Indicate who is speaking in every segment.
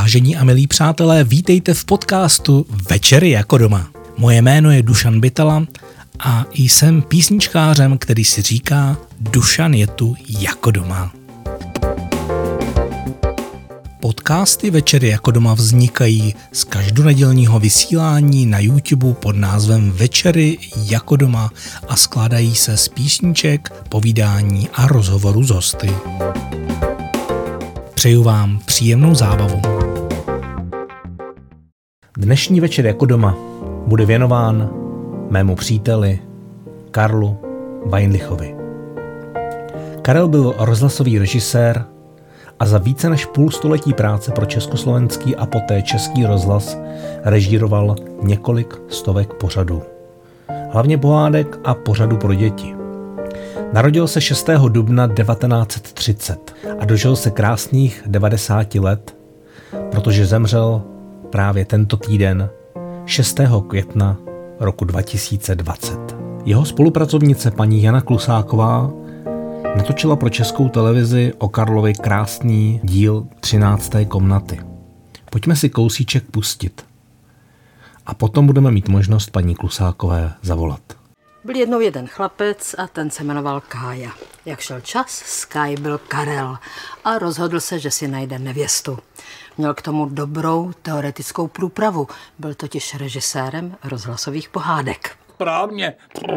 Speaker 1: Vážení a milí přátelé, vítejte v podcastu Večery jako doma. Moje jméno je Dušan Bytala a jsem písničkářem, který si říká Dušan je tu jako doma. Podcasty Večery jako doma vznikají z každonedělního vysílání na YouTube pod názvem Večery jako doma a skládají se z písniček, povídání a rozhovorů s hosty. Přeju vám příjemnou zábavu. Dnešní Večer jako doma bude věnován mému příteli Karlu Weinlichovi. Karel byl rozhlasový režisér a za více než půl století práce pro československý a poté Český rozhlas režíroval několik stovek pořadů. Hlavně pohádek a pořadů pro děti. Narodil se 6. dubna 1930 a dožil se krásných 90 let, protože zemřel právě tento týden 6. května roku 2020. Jeho spolupracovnice paní Jana Klusáková natočila pro Českou televizi o Karlovi krásný díl 13. komnaty. Pojďme si kousíček pustit. A potom budeme mít možnost paní Klusákové zavolat.
Speaker 2: Byl jednou jeden chlapec a ten se jmenoval Kája. Jak šel čas, z Káji byl Karel a rozhodl se, že si najde nevěstu. Měl k tomu dobrou teoretickou průpravu. Byl totiž režisérem rozhlasových pohádek.
Speaker 3: Správně.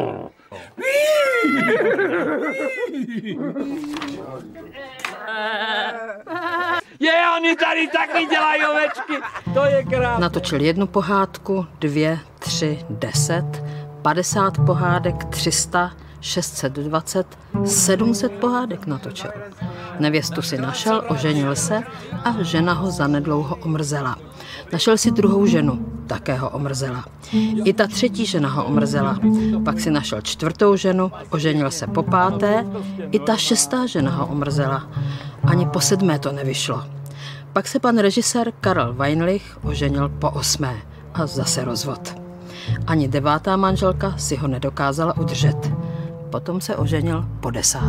Speaker 3: Oni tady taky dělají ovečky. To je krásné.
Speaker 2: Natočil jednu pohádku, 2, 3, 10, 50 pohádek, 300, 620, 700 pohádek natočil. Nevěstu si našel, oženil se a žena ho zanedlouho omrzela. Našel si druhou ženu, také ho omrzela. I ta třetí žena ho omrzela. Pak si našel čtvrtou ženu, oženil se po páté, i ta šestá žena ho omrzela. Ani po 7. to nevyšlo. Pak se pan režisér Karel Weinlich oženil po 8. a zase rozvod. Ani 9. manželka si ho nedokázala udržet. Potom se oženil po 10.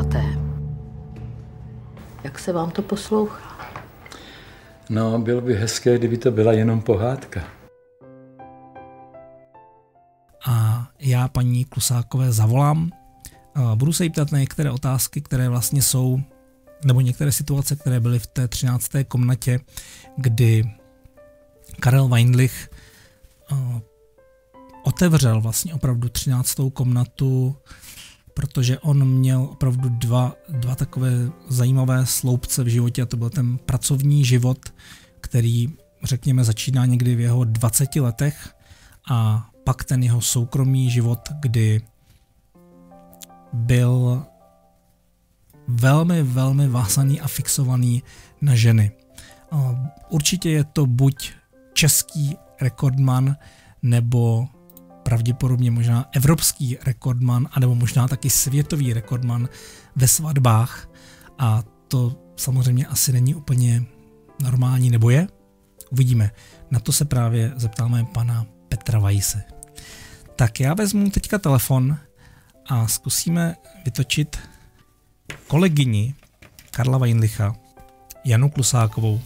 Speaker 2: Jak se vám to poslouchá?
Speaker 4: No, bylo by hezké, kdyby to byla jenom pohádka.
Speaker 1: A já paní Klusákové zavolám. Budu se jí ptát na některé otázky, které vlastně jsou, nebo některé situace, které byly v té 13. komnatě, kdy Karel Weinlich otevřel vlastně opravdu 13. komnatu, protože on měl opravdu dva takové zajímavé sloupce v životě a to byl ten pracovní život, který, řekněme, začíná někdy v jeho 20 letech a pak ten jeho soukromý život, kdy byl velmi, velmi vázaný a fixovaný na ženy. Určitě je to buď český rekordman, nebo pravděpodobně možná evropský rekordman, anebo možná taky světový rekordman ve svatbách. A to samozřejmě asi není úplně normální, nebo je? Uvidíme. Na to se právě zeptáme pana Petra Weisse. Tak já vezmu teďka telefon a zkusíme vytočit kolegyni Karla Weinlicha, Janu Klusákovou.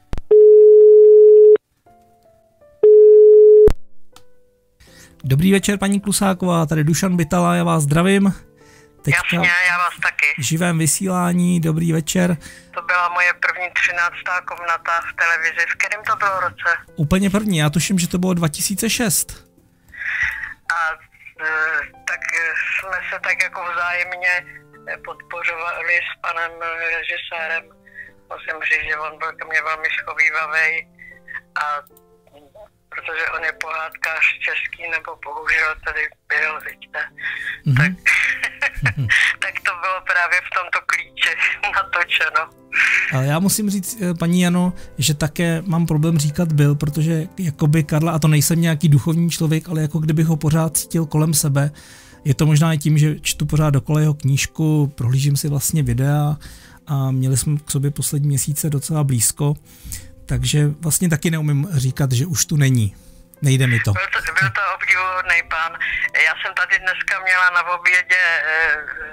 Speaker 1: Dobrý večer, paní Klusáková, tady Dušan Bytala, já vás zdravím. Teďka
Speaker 5: jasně, já vás taky.
Speaker 1: V živém vysílání, dobrý večer.
Speaker 5: To byla moje první 13. komnata v televizi. V kterém to bylo roce?
Speaker 1: Úplně první, já tuším, že to bylo 2006.
Speaker 5: A tak jsme se tak jako vzájemně podpořovali s panem režisérem. Musím říct, že on byl ke mně velmi schovívavý a protože on je pohádkář český, nebo bohužel tady byl, víte. Mm-hmm. Tak to bylo právě v tomto klíči natočeno.
Speaker 1: Ale já musím říct, paní Jano, že také mám problém říkat byl, protože jakoby Karla, a to nejsem nějaký duchovní člověk, ale jako kdybych ho pořád cítil kolem sebe. Je to možná i tím, že čtu pořád dokola jeho knížku, prohlížím si vlastně videa a měli jsme k sobě poslední měsíce docela blízko. Takže vlastně taky neumím říkat, že už tu není. Nejde mi to.
Speaker 5: Byl to obdivuhodný pán. Já jsem tady dneska měla na obědě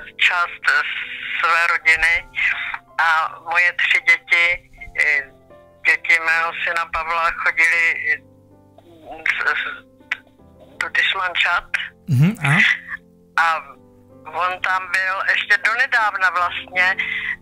Speaker 5: část své rodiny a moje 3 děti děti mého syna Pavla chodili do Dismančat a on tam byl ještě donedávna vlastně,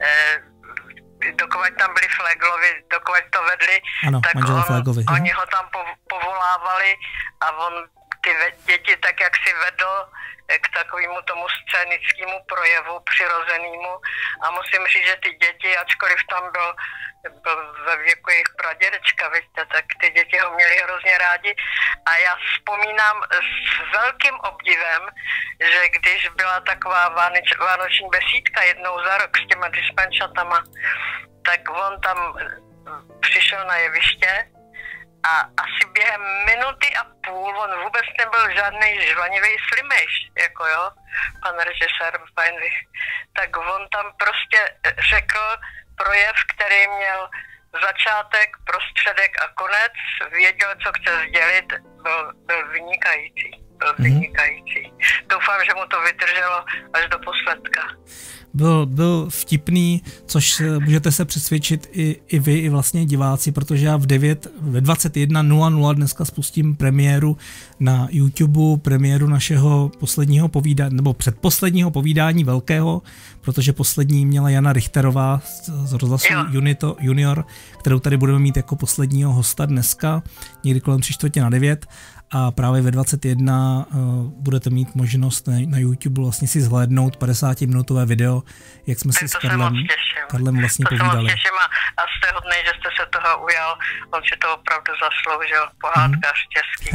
Speaker 5: dokud tam byli Fleglovi, dokud to vedli,
Speaker 6: ano,
Speaker 5: tak oni ho tam povolávali a on ty děti tak, jak si vedl k takovému tomu scénickému projevu přirozenému a musím říct, že ty děti, ačkoliv tam byl ve věku jejich pradědečka, víte, tak ty děti ho měli hrozně rádi a já vzpomínám s velkým obdivem, že když byla taková vánoční besídka jednou za rok s těma Dismančatama, tak on tam přišel na jeviště a asi během minuty a půl, on vůbec nebyl žádný žvanivý slimejš, jako jo, pan režisér Weinrich, tak on tam prostě řekl projev, který měl začátek, prostředek a konec, věděl, co chce sdělit, byl vynikající. Doufám, že mu to vydrželo až do posledka.
Speaker 6: Byl vtipný, což můžete se přesvědčit i vy, i vlastně diváci, protože já ve 21:00 dneska spustím premiéru na YouTube, premiéru našeho posledního povídání, nebo předposledního povídání velkého, protože poslední měla Jana Richterová z rozhlasu Junior, kterou tady budeme mít jako posledního hosta dneska, někdy kolem 8:45. A právě ve 21 budete mít možnost na YouTube vlastně si zhlédnout 50-minutové video, jak jsme si s Karlem vlastně povídali. To se moc těším
Speaker 5: a jste hodnej, že jste se toho ujal, on si to opravdu zasloužil, pohádkář český.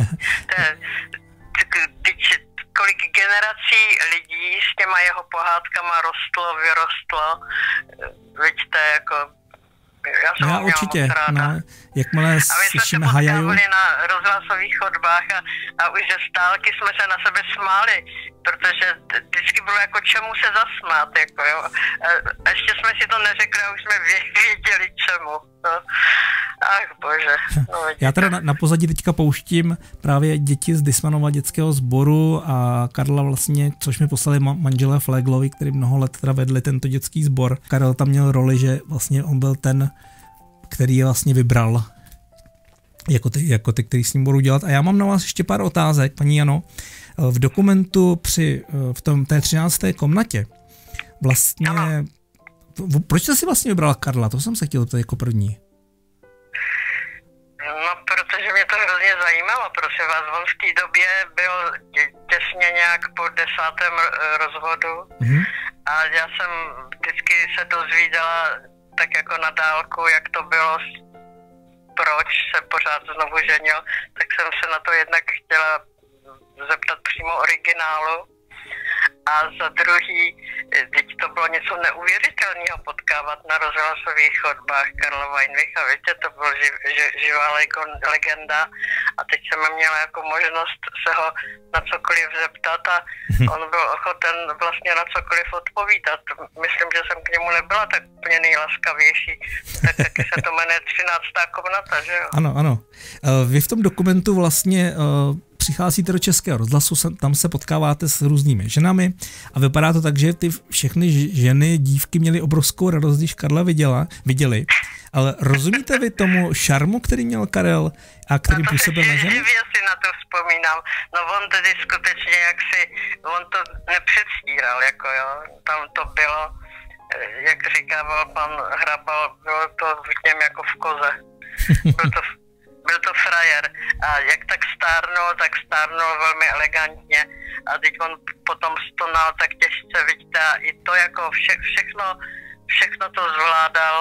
Speaker 5: Kolik generací lidí s těma jeho pohádkama vyrostlo, vidíte, jako
Speaker 6: já určitě, no, jakmile slyšíme Hajaju.
Speaker 5: A my jsme se potkávali na rozhlasových chodbách a už ze stálky jsme se na sebe smáli, protože vždycky bylo jako čemu se zasmát, jako jo. A ještě jsme si to neřekli a už jsme věděli čemu. No. Ach bože. No,
Speaker 6: já teda na pozadí teďka pouštím právě děti z Dismanova dětského sboru a Karla vlastně, což mi poslali manželé Fleglovi, který mnoho let teda vedli tento dětský sbor. Karel tam měl roli, že vlastně on byl ten, který je vlastně vybral jako ty, který s ním budou dělat. A já mám na vás ještě pár otázek, paní Jano. V dokumentu v té 13. komnatě vlastně... Proč jste si vlastně vybrala Karla? To jsem se chtěl ptát jako první.
Speaker 5: No, protože mě to hrozně zajímalo, prosím vás. On v té době byl těsně nějak po 10. rozvodu a já jsem vždycky se dozvídala tak jako na dálku, jak to bylo, proč se pořád znovu ženil, tak jsem se na to jednak chtěla zeptat přímo originálu. A za druhý, teď to bylo něco neuvěřitelného potkávat na rozhlasových chodbách Karla Weinricha, víte, to byla živá legenda a teď jsem měla jako možnost se ho na cokoliv zeptat a on byl ochoten vlastně na cokoliv odpovídat. Myslím, že jsem k němu nebyla tak úplně nejlaskavější, tak taky se to jmenuje 13. komnata, že jo?
Speaker 6: Ano. Vy v tom dokumentu vlastně přicházíte do Českého rozhlasu, tam se potkáváte s různými ženami a vypadá to tak, že ty všechny ženy, dívky měly obrovskou radost, když Karla viděli. Ale rozumíte vy tomu šarmu, který měl Karel a který působil na ženy?
Speaker 5: Živě si na to vzpomínám. No on tedy skutečně on to nepředstíral, jako jo. Tam to bylo, jak říkával pan Hrabal, bylo to v něm jako v koze. Byl to frajer a jak tak stárnul velmi elegantně a teď on potom stonal tak těžce, vidíte, a i to jako všechno to zvládal,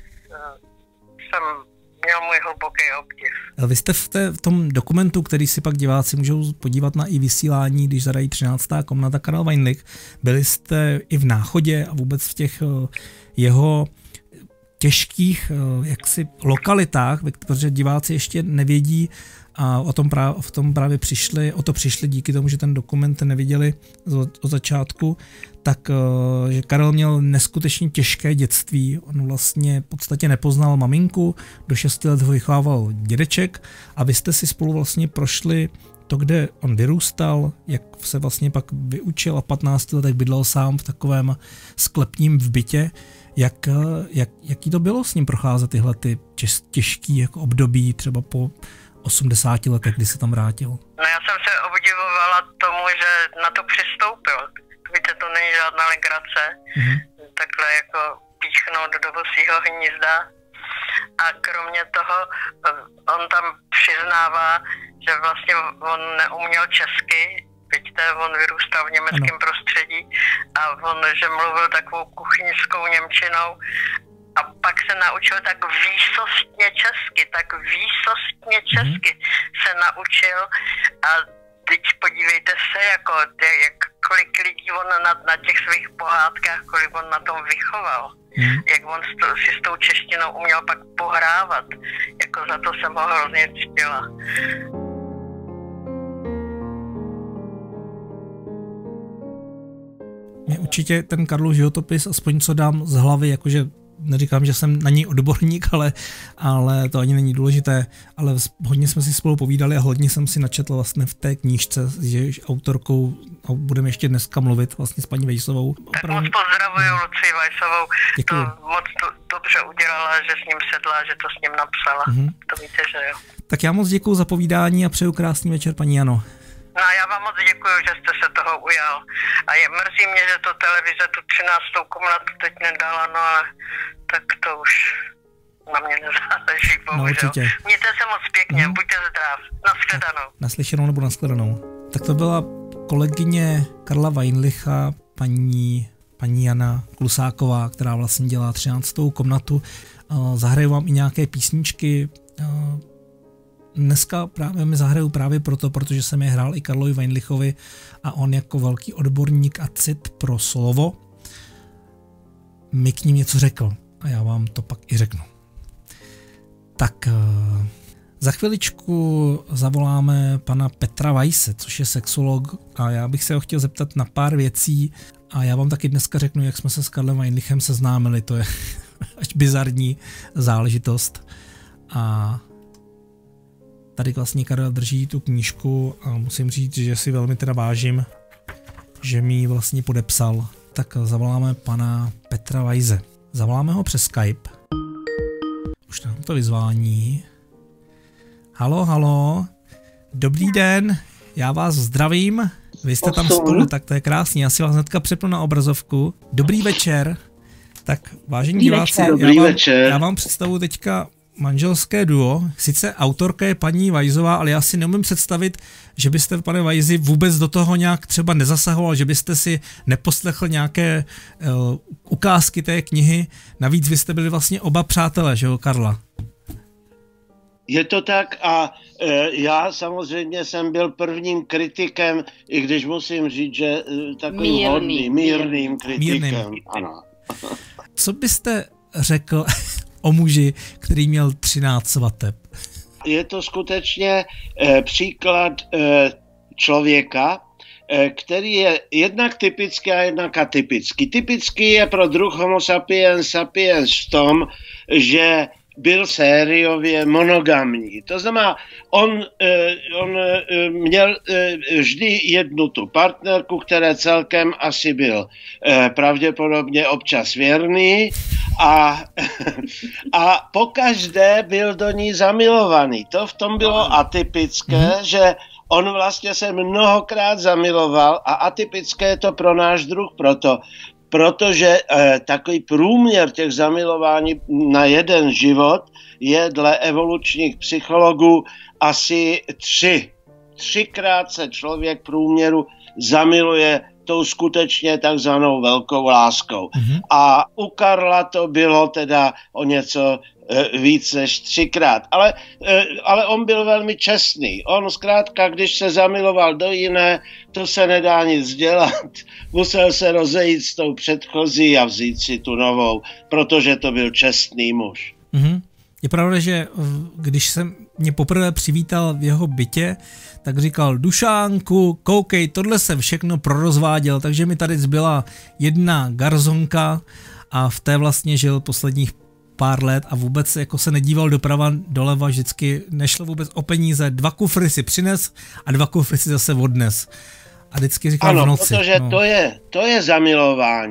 Speaker 5: jsem měl můj hluboký obdiv.
Speaker 6: Vy jste v tom dokumentu, který si pak diváci můžou podívat na i vysílání, když zadají 13. komnata Karel Weinrich, byli jste i v Náchodě a vůbec v těch jeho těžkých jaksi lokalitách, protože diváci ještě nevědí a v tom právě přišli díky tomu, že ten dokument neviděli od začátku, tak že Karel měl neskutečně těžké dětství. On vlastně v podstatě nepoznal maminku, do 6 let ho vychovával dědeček a vy jste si spolu vlastně prošli to, kde on vyrůstal, jak se vlastně pak vyučil a 15 letech bydlel sám v takovém sklepním v bytě. Jaký to bylo s ním procházet tyhle ty těžký jako období třeba po 80 letech, kdy se tam vrátil?
Speaker 5: No já jsem se obdivovala tomu, že na to přistoupil. Víte, to není žádná legrace. Takhle jako píchnout do vosího hnízda. A kromě toho on tam přiznává, že vlastně on neuměl česky, vidíte, on vyrůstal v německém prostředí a on, že mluvil takovou kuchyňskou němčinou a pak se naučil tak výsostně česky se naučil a teď podívejte se, jako, kolik lidí on na těch svých pohádkách, kolik on na tom vychoval. Jak on si s tou češtinou uměl pak pohrávat. Jako za to jsem ho hrozně ctila.
Speaker 6: Mě určitě ten Karlův životopis, aspoň co dám z hlavy, jakože neříkám, že jsem na něj odborník, ale to ani není důležité, ale hodně jsme si spolu povídali a hodně jsem si načetl vlastně v té knížce, že autorkou, a budeme ještě dneska mluvit vlastně s paní Weissovou.
Speaker 5: Tak moc pozdravuju Lucii Weissovou, to moc dobře udělala, že s ním sedla, že to s ním napsala, to víte, že jo. Tak
Speaker 6: já moc děkuju za povídání a přeju krásný večer, paní Jano.
Speaker 5: No a já vám moc děkuju, že jste se toho ujal. A mrzí mě, že to televize tu 13. komnatu teď nedala, no ale tak to už na mě nezáleží, bohužel. No, mějte se moc pěkně, buďte zdrav. Nashledanou.
Speaker 6: Naslyšenou nebo nashledanou. Tak to byla kolegyně Karla Weinlicha, paní Jana Klusáková, která vlastně dělá 13. komnatu. Zahraju vám i nějaké písničky. Dneska právě mi zahraju právě proto, protože jsem je hrál i Karlovi Weinlichovi a on jako velký odborník a cit pro slovo mi k ním něco řekl a já vám to pak i řeknu. Tak za chviličku zavoláme pana Petra Weisse, což je sexolog a já bych se ho chtěl zeptat na pár věcí a já vám taky dneska řeknu, jak jsme se s Karlem Weinlichem seznámili, to je až bizarní záležitost. A tady vlastně Karel drží tu knížku a musím říct, že si velmi teda vážím, že mi ji vlastně podepsal. Tak zavoláme pana Petra Weisse. Zavoláme ho přes Skype. Už nám to vyzvání. Halo. Dobrý den, já vás zdravím. Vy jste tam spolu, tak to je krásný. Já si vás hnedka přepnu na obrazovku. Dobrý večer. Tak vážení diváci, já vám představuji teďka manželské duo. Sice autorka je paní Weissová, ale já si neumím představit, že byste, pane Weissi, vůbec do toho nějak třeba nezasahoval, že byste si neposlechl nějaké ukázky té knihy. Navíc vy jste byli vlastně oba přátelé, že jo, Karla?
Speaker 7: Je to tak a já samozřejmě jsem byl prvním kritikem, i když musím říct, že takovým mírným kritikem. Ano.
Speaker 6: Co byste řekl o muži, který měl 13 svateb?
Speaker 7: Je to skutečně příklad člověka, který je jednak typický a jednak atypický. Typický je pro druh Homo sapiens sapiens v tom, že byl sériově monogamní. To znamená, on měl vždy jednu tu partnerku, které celkem asi byl pravděpodobně občas věrný a pokaždé byl do ní zamilovaný. To v tom bylo atypické, že on vlastně se mnohokrát zamiloval a atypické je to pro náš druh protože takový průměr těch zamilování na jeden život je dle evolučních psychologů asi 3. 3krát se člověk průměru zamiluje tou skutečně takzvanou velkou láskou. A u Karla to bylo teda o něco víc než 3krát. Ale on byl velmi čestný. On zkrátka, když se zamiloval do jiné, to se nedá nic dělat. Musel se rozejít s tou předchozí a vzít si tu novou, protože to byl čestný muž.
Speaker 6: Je pravda, že když jsem mě poprvé přivítal v jeho bytě, tak říkal: Dušánku, koukej, tohle jsem všechno prorozváděl, takže mi tady zbyla jedna garzonka a v té vlastně žil posledních pár let a vůbec jako se nedíval doprava doleva, vždycky nešlo vůbec o peníze, 2 kufry si přines a 2 kufry si zase odnes. A vždycky říkal v noci.
Speaker 7: Protože to je zamilování.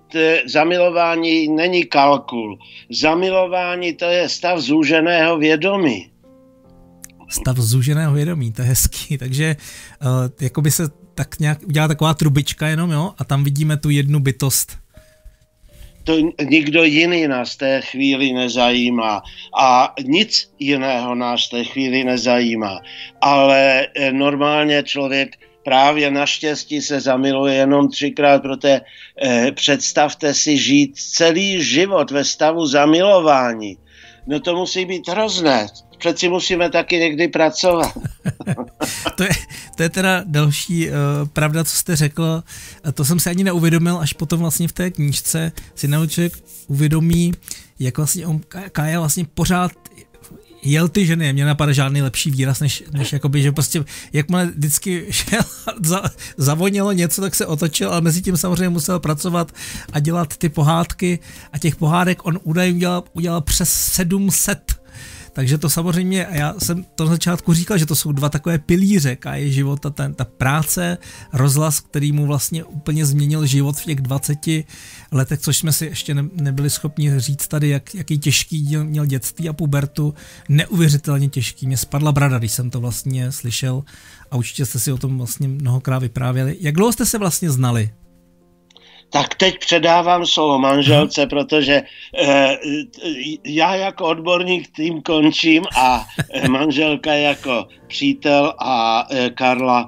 Speaker 7: zamilování není kalkul. Zamilování to je stav zúženého vědomí.
Speaker 6: Stav zúženého vědomí, to je hezký. Takže jako by se tak nějak udělá taková trubička jenom, jo? A tam vidíme tu jednu bytost.
Speaker 7: To nikdo jiný nás v té chvíli nezajímá a nic jiného nás v té chvíli nezajímá. Ale normálně člověk právě naštěstí se zamiluje jenom 3krát, protože představte si žít celý život ve stavu zamilování. No to musí být hrozné. Přeci musíme taky někdy pracovat.
Speaker 6: To je teda další pravda, co jste řekl. To jsem si ani neuvědomil, až potom vlastně v té knížce si člověk uvědomí, jak vlastně Kája vlastně pořád jel ty ženy. Mně napadá žádný lepší výraz, než jakoby, že prostě jakmile vždycky šel, zavonilo něco, tak se otočil, ale mezi tím samozřejmě musel pracovat a dělat ty pohádky a těch pohádek on údajně udělal přes 700. Takže to samozřejmě, a já jsem to na začátku říkal, že to jsou dva takové pilíře Káje života, ta práce, rozhlas, který mu vlastně úplně změnil život v těch 20 letech, což jsme si ještě nebyli schopni říct tady, jaký těžký měl dětství a pubertu, neuvěřitelně těžký. Mě spadla brada, když jsem to vlastně slyšel a určitě jste si o tom vlastně mnohokrát vyprávěli. Jak dlouho jste se vlastně znali?
Speaker 7: Tak teď předávám slovo manželce, protože já jako odborník tím končím a manželka jako přítel a Karla...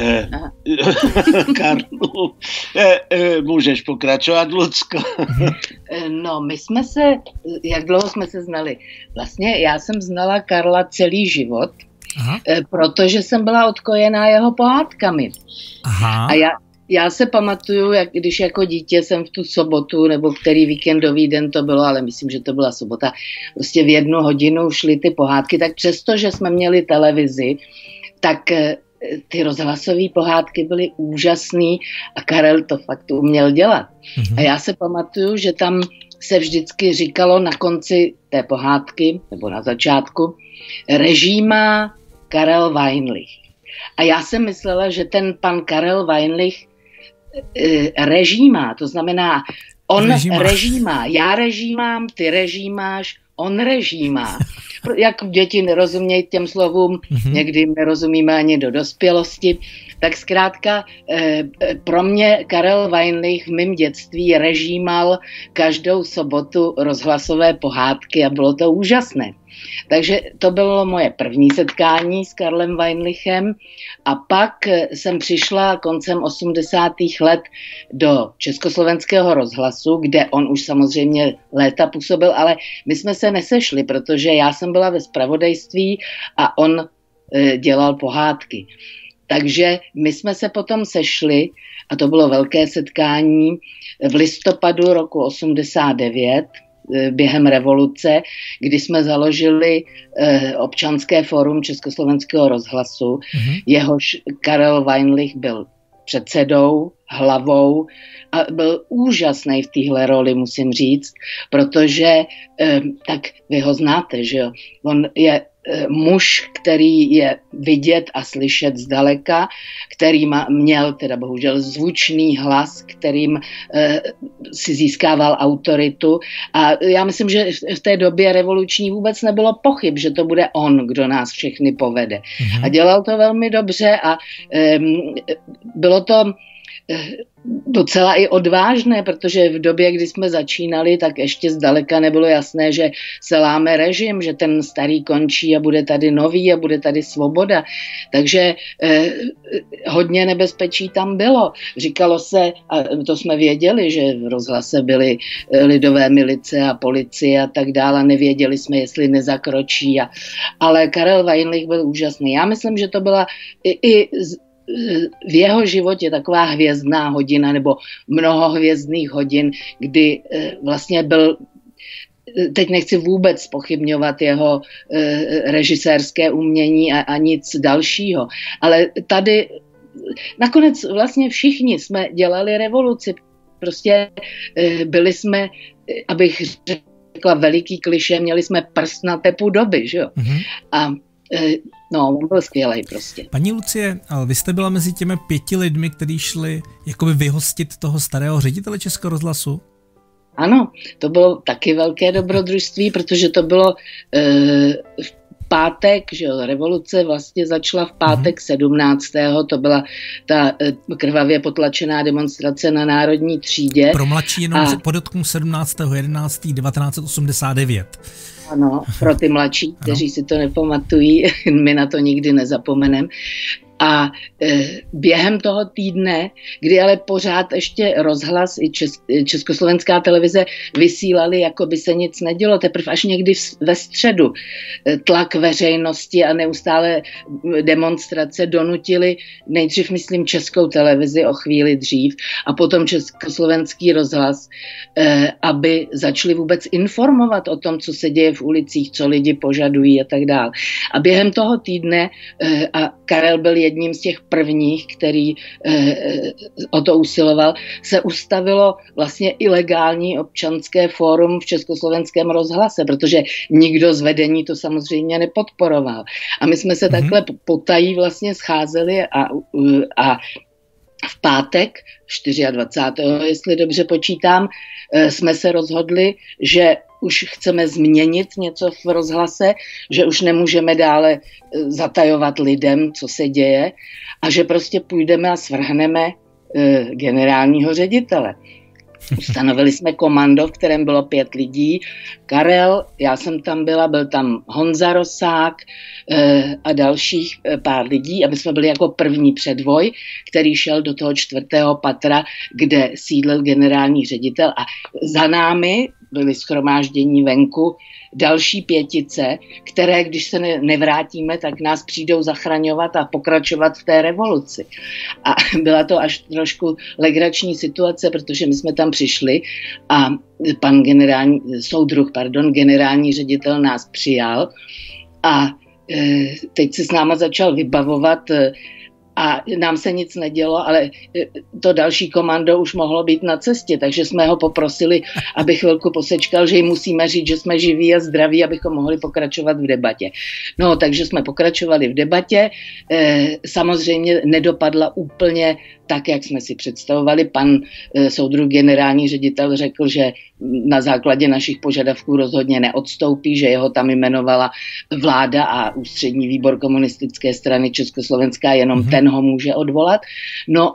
Speaker 7: Karlu, můžeš pokračovat, Lucko.
Speaker 8: No, my jsme se... Jak dlouho jsme se znali? Vlastně já jsem znala Karla celý život, protože jsem byla odkojená jeho pohádkami. Aha. A já se pamatuju, jak když jako dítě jsem v tu sobotu, nebo který víkendový den to bylo, ale myslím, že to byla sobota, prostě v 1 hodinu šly ty pohádky, tak přesto, že jsme měli televizi, tak ty rozhlasové pohádky byly úžasný a Karel to fakt uměl dělat. A já se pamatuju, že tam se vždycky říkalo na konci té pohádky, nebo na začátku, režíma Karel Weinlich. A já jsem myslela, že ten pan Karel Weinlich režímá, to znamená, on režímá, já režímám, ty režímáš, on režímá. Jak děti nerozumějí těm slovům, někdy nerozumíme ani do dospělosti, tak zkrátka pro mě Karel Weinlich v mém dětství režímal každou sobotu rozhlasové pohádky a bylo to úžasné. Takže to bylo moje první setkání s Karlem Weinlichem a pak jsem přišla koncem 80. let do Československého rozhlasu, kde on už samozřejmě léta působil, ale my jsme se nesešli, protože já jsem byla ve zpravodajství a on dělal pohádky. Takže my jsme se potom sešli a to bylo velké setkání v listopadu roku 89, během revoluce, kdy jsme založili občanské fórum Československého rozhlasu. Jehož Karel Weinlich byl předsedou, hlavou a byl úžasný v téhle roli, musím říct, protože tak vy ho znáte, že jo? On je muž, který je vidět a slyšet zdaleka, který měl teda bohužel zvučný hlas, kterým si získával autoritu a já myslím, že v té době revoluční vůbec nebylo pochyb, že to bude on, kdo nás všechny povede. A dělal to velmi dobře a bylo to docela i odvážné, protože v době, kdy jsme začínali, tak ještě zdaleka nebylo jasné, že se láme režim, že ten starý končí a bude tady nový a bude tady svoboda. Takže hodně nebezpečí tam bylo. Říkalo se, a to jsme věděli, že v rozhlase byly lidové milice a policie a tak dále, nevěděli jsme, jestli nezakročí. Ale Karel Weinlich byl úžasný. Já myslím, že to byla i v jeho životě taková hvězdná hodina nebo mnoho hvězdných hodin, kdy vlastně byl, teď nechci vůbec zpochybňovat jeho režisérské umění a nic dalšího, ale tady nakonec vlastně všichni jsme dělali revoluci, prostě byli jsme, abych řekla veliký klišé, měli jsme prst na tepu doby, že jo? A no, byl skvělej prostě.
Speaker 6: Paní Lucie, ale vy jste byla mezi těmi 5 lidmi, kteří šli jakoby vyhostit toho starého ředitele Českého rozhlasu?
Speaker 8: Ano, to bylo taky velké dobrodružství, protože to bylo v pátek, že jo, revoluce vlastně začala v pátek 17. To byla ta krvavě potlačená demonstrace na Národní třídě.
Speaker 6: Pro mladší jenom podotknu 17.11.1989.
Speaker 8: Ano, pro ty mladší, kteří si to nepamatují, my na to nikdy nezapomeneme. A během toho týdne, kdy ale pořád ještě rozhlas i československá televize vysílali, jako by se nic nedělo, teprve až někdy ve středu tlak veřejnosti a neustále demonstrace donutili nejdřív, myslím, Českou televizi o chvíli dřív a potom československý rozhlas, aby začali vůbec informovat o tom, co se děje v ulicích, co lidi požadují a tak dále. A během toho týdne, a Karel byl jedním z těch prvních, který o to usiloval, se ustavilo vlastně ilegální občanské fórum v československém rozhlase, protože nikdo z vedení to samozřejmě nepodporoval. A my jsme se takhle potají vlastně scházeli a v pátek 24. jestli dobře počítám, jsme se rozhodli, že už chceme změnit něco v rozhlase, že už nemůžeme dále zatajovat lidem, co se děje a že prostě půjdeme a svrhneme generálního ředitele. Ustanovili jsme komando, v kterém bylo 5 lidí. Karel, já jsem tam byla, byl tam Honza Rosák a dalších pár lidí a my jsme byli jako první předvoj, který šel do toho 4. patra, kde sídlil generální ředitel a za námi byli shromáždění venku další 5, které, když se nevrátíme, tak nás přijdou zachraňovat a pokračovat v té revoluci. A byla to až trošku legrační situace, protože my jsme tam přišli a pan generální ředitel nás přijal a teď se s náma začal vybavovat a nám se nic nedělo, ale to další komando už mohlo být na cestě, takže jsme ho poprosili, aby chvilku posečkal, že jim musíme říct, že jsme živí a zdraví, abychom mohli pokračovat v debatě. No, takže jsme pokračovali v debatě. Samozřejmě nedopadla úplně tak, jak jsme si představovali. Pan soudruh generální ředitel řekl, že na základě našich požadavků rozhodně neodstoupí, že jeho tam jmenovala vláda a ústřední výbor komunistické strany Československá, jenom ten ho může odvolat. No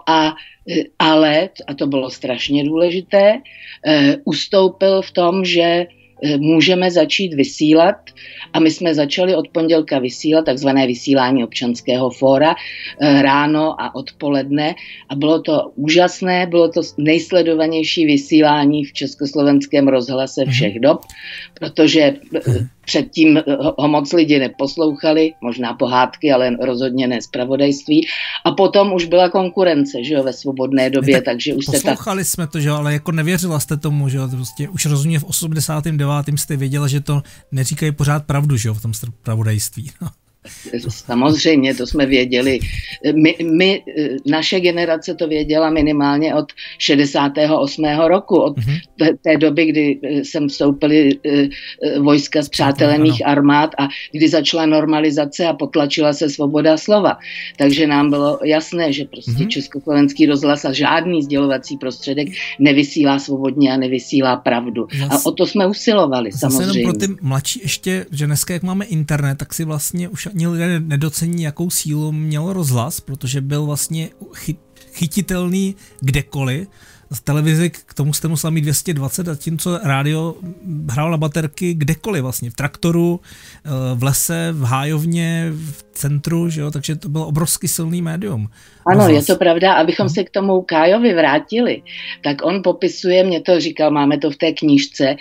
Speaker 8: ale, a to bylo strašně důležité, ustoupil v tom, že můžeme začít vysílat a my jsme začali od pondělka vysílat takzvané vysílání občanského fóra ráno a odpoledne a bylo to úžasné, bylo to nejsledovanější vysílání v československém rozhlase všech dob, protože předtím ho moc lidi neposlouchali, možná pohádky, ale rozhodně ne zpravodajství. A potom už byla konkurence, že jo, ve svobodné době, takže už
Speaker 6: poslouchali jsme to, že jo, ale jako nevěřila jste tomu, že jo, prostě už rozumně v 89. jste věděla, že to neříkají pořád pravdu, že jo, v tom zpravodajství. No.
Speaker 8: Samozřejmě, to jsme věděli. My, naše generace to věděla minimálně od 68. roku, od té doby, kdy sem vstoupily vojska spřátelených armád a kdy začala normalizace a potlačila se svoboda slova. Takže nám bylo jasné, že prostě československý rozhlas a žádný sdělovací prostředek nevysílá svobodně a nevysílá pravdu. A o to jsme usilovali, samozřejmě.
Speaker 6: Zase jenom pro ty mladší ještě, že dneska, jak máme internet, tak si vlastně už ani lidé nedocení, jakou sílu měl rozhlas, protože byl vlastně chytitelný kdekoliv. Z televize k tomu jste musel mít 220, zatímco rádio hrál na baterky kdekoliv vlastně, v traktoru, v lese, v hájovně, v centru, že jo? Takže to bylo obrovsky silný médium.
Speaker 8: Ano, je to pravda, abychom se k tomu Kájovi vrátili, tak on popisuje, mě to říkal, máme to v té knížce,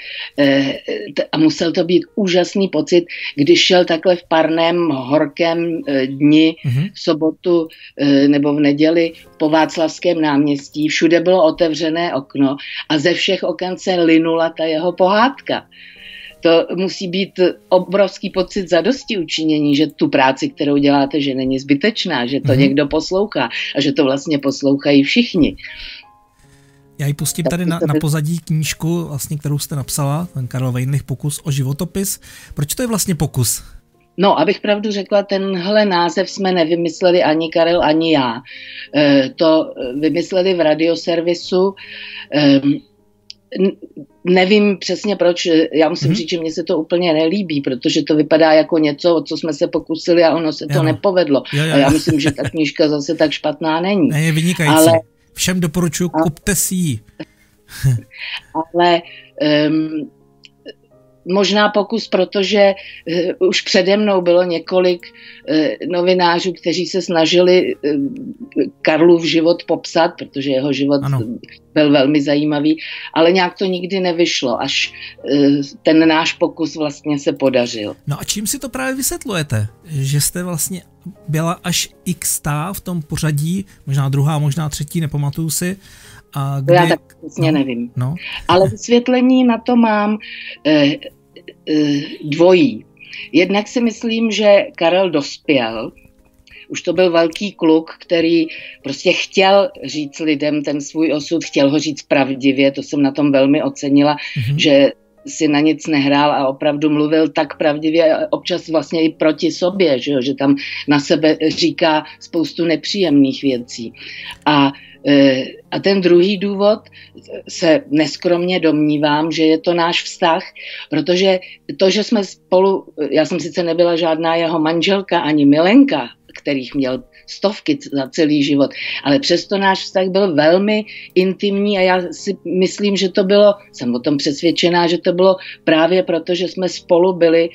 Speaker 8: a musel to být úžasný pocit, když šel takhle v parném horkém dni, v sobotu nebo v neděli po Václavském náměstí, všude bylo otevřené okno a ze všech oken se linula ta jeho pohádka. To musí být obrovský pocit zadostiučinění, že tu práci, kterou děláte, že není zbytečná, že to někdo poslouchá a že to vlastně poslouchají všichni.
Speaker 6: Já ji pustím tady na pozadí knížku, vlastně, kterou jste napsala, ten Karel Weinlich, Pokus o životopis. Proč to je vlastně pokus?
Speaker 8: No, abych pravdu řekla, tenhle název jsme nevymysleli ani Karel, ani já. To vymysleli v radioservisu nevím přesně proč, já musím říct, že mně se to úplně nelíbí, protože to vypadá jako něco, o co jsme se pokusili a ono se to nepovedlo. A já myslím, že ta knížka zase tak špatná není.
Speaker 6: Ne, je vynikající. Ale všem doporučuji, kupte si ji.
Speaker 8: Ale možná pokus, protože už přede mnou bylo několik novinářů, kteří se snažili Karlův život popsat, protože jeho život byl velmi zajímavý, ale nějak to nikdy nevyšlo, až ten náš pokus vlastně se podařil.
Speaker 6: No a čím si to právě vysvětlujete? Že jste vlastně byla až x-tá v tom pořadí, možná druhá, možná třetí, nepamatuju si. A kdy...
Speaker 8: Já tak přesně nevím. No. Ale vysvětlení na to mám dvojí. Jednak si myslím, že Karel dospěl. Už to byl velký kluk, který prostě chtěl říct lidem ten svůj osud, chtěl ho říct pravdivě, to jsem na tom velmi ocenila, že si na nic nehrál a opravdu mluvil tak pravdivě, občas vlastně i proti sobě, že tam na sebe říká spoustu nepříjemných věcí. A ten druhý důvod se neskromně domnívám, že je to náš vztah, protože to, že jsme spolu, já jsem sice nebyla žádná jeho manželka ani milenka, kterých měl stovky za celý život, ale přesto náš vztah byl velmi intimní a já si myslím, že to bylo, jsem o tom přesvědčená, že to bylo právě proto, že jsme spolu byli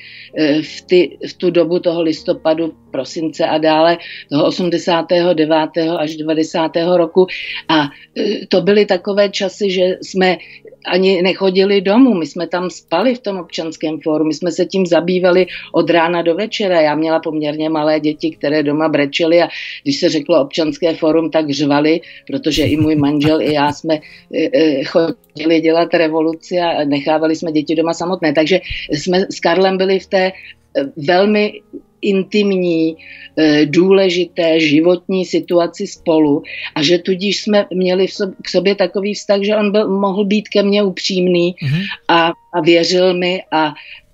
Speaker 8: v tu dobu toho listopadu, prosince a dále, toho 89. až 90. roku a to byly takové časy, že jsme ani nechodili domů, my jsme tam spali v tom Občanském fóru, my jsme se tím zabývali od rána do večera, já měla poměrně malé děti, které doma brečely a když se řeklo Občanské fórum, tak řvali, protože i můj manžel, i já jsme chodili dělat revoluci a nechávali jsme děti doma samotné, takže jsme s Karlem byli v té velmi intimní, důležité životní situaci spolu a že tudíž jsme měli k sobě takový vztah, že on mohl být ke mně upřímný a věřil mi a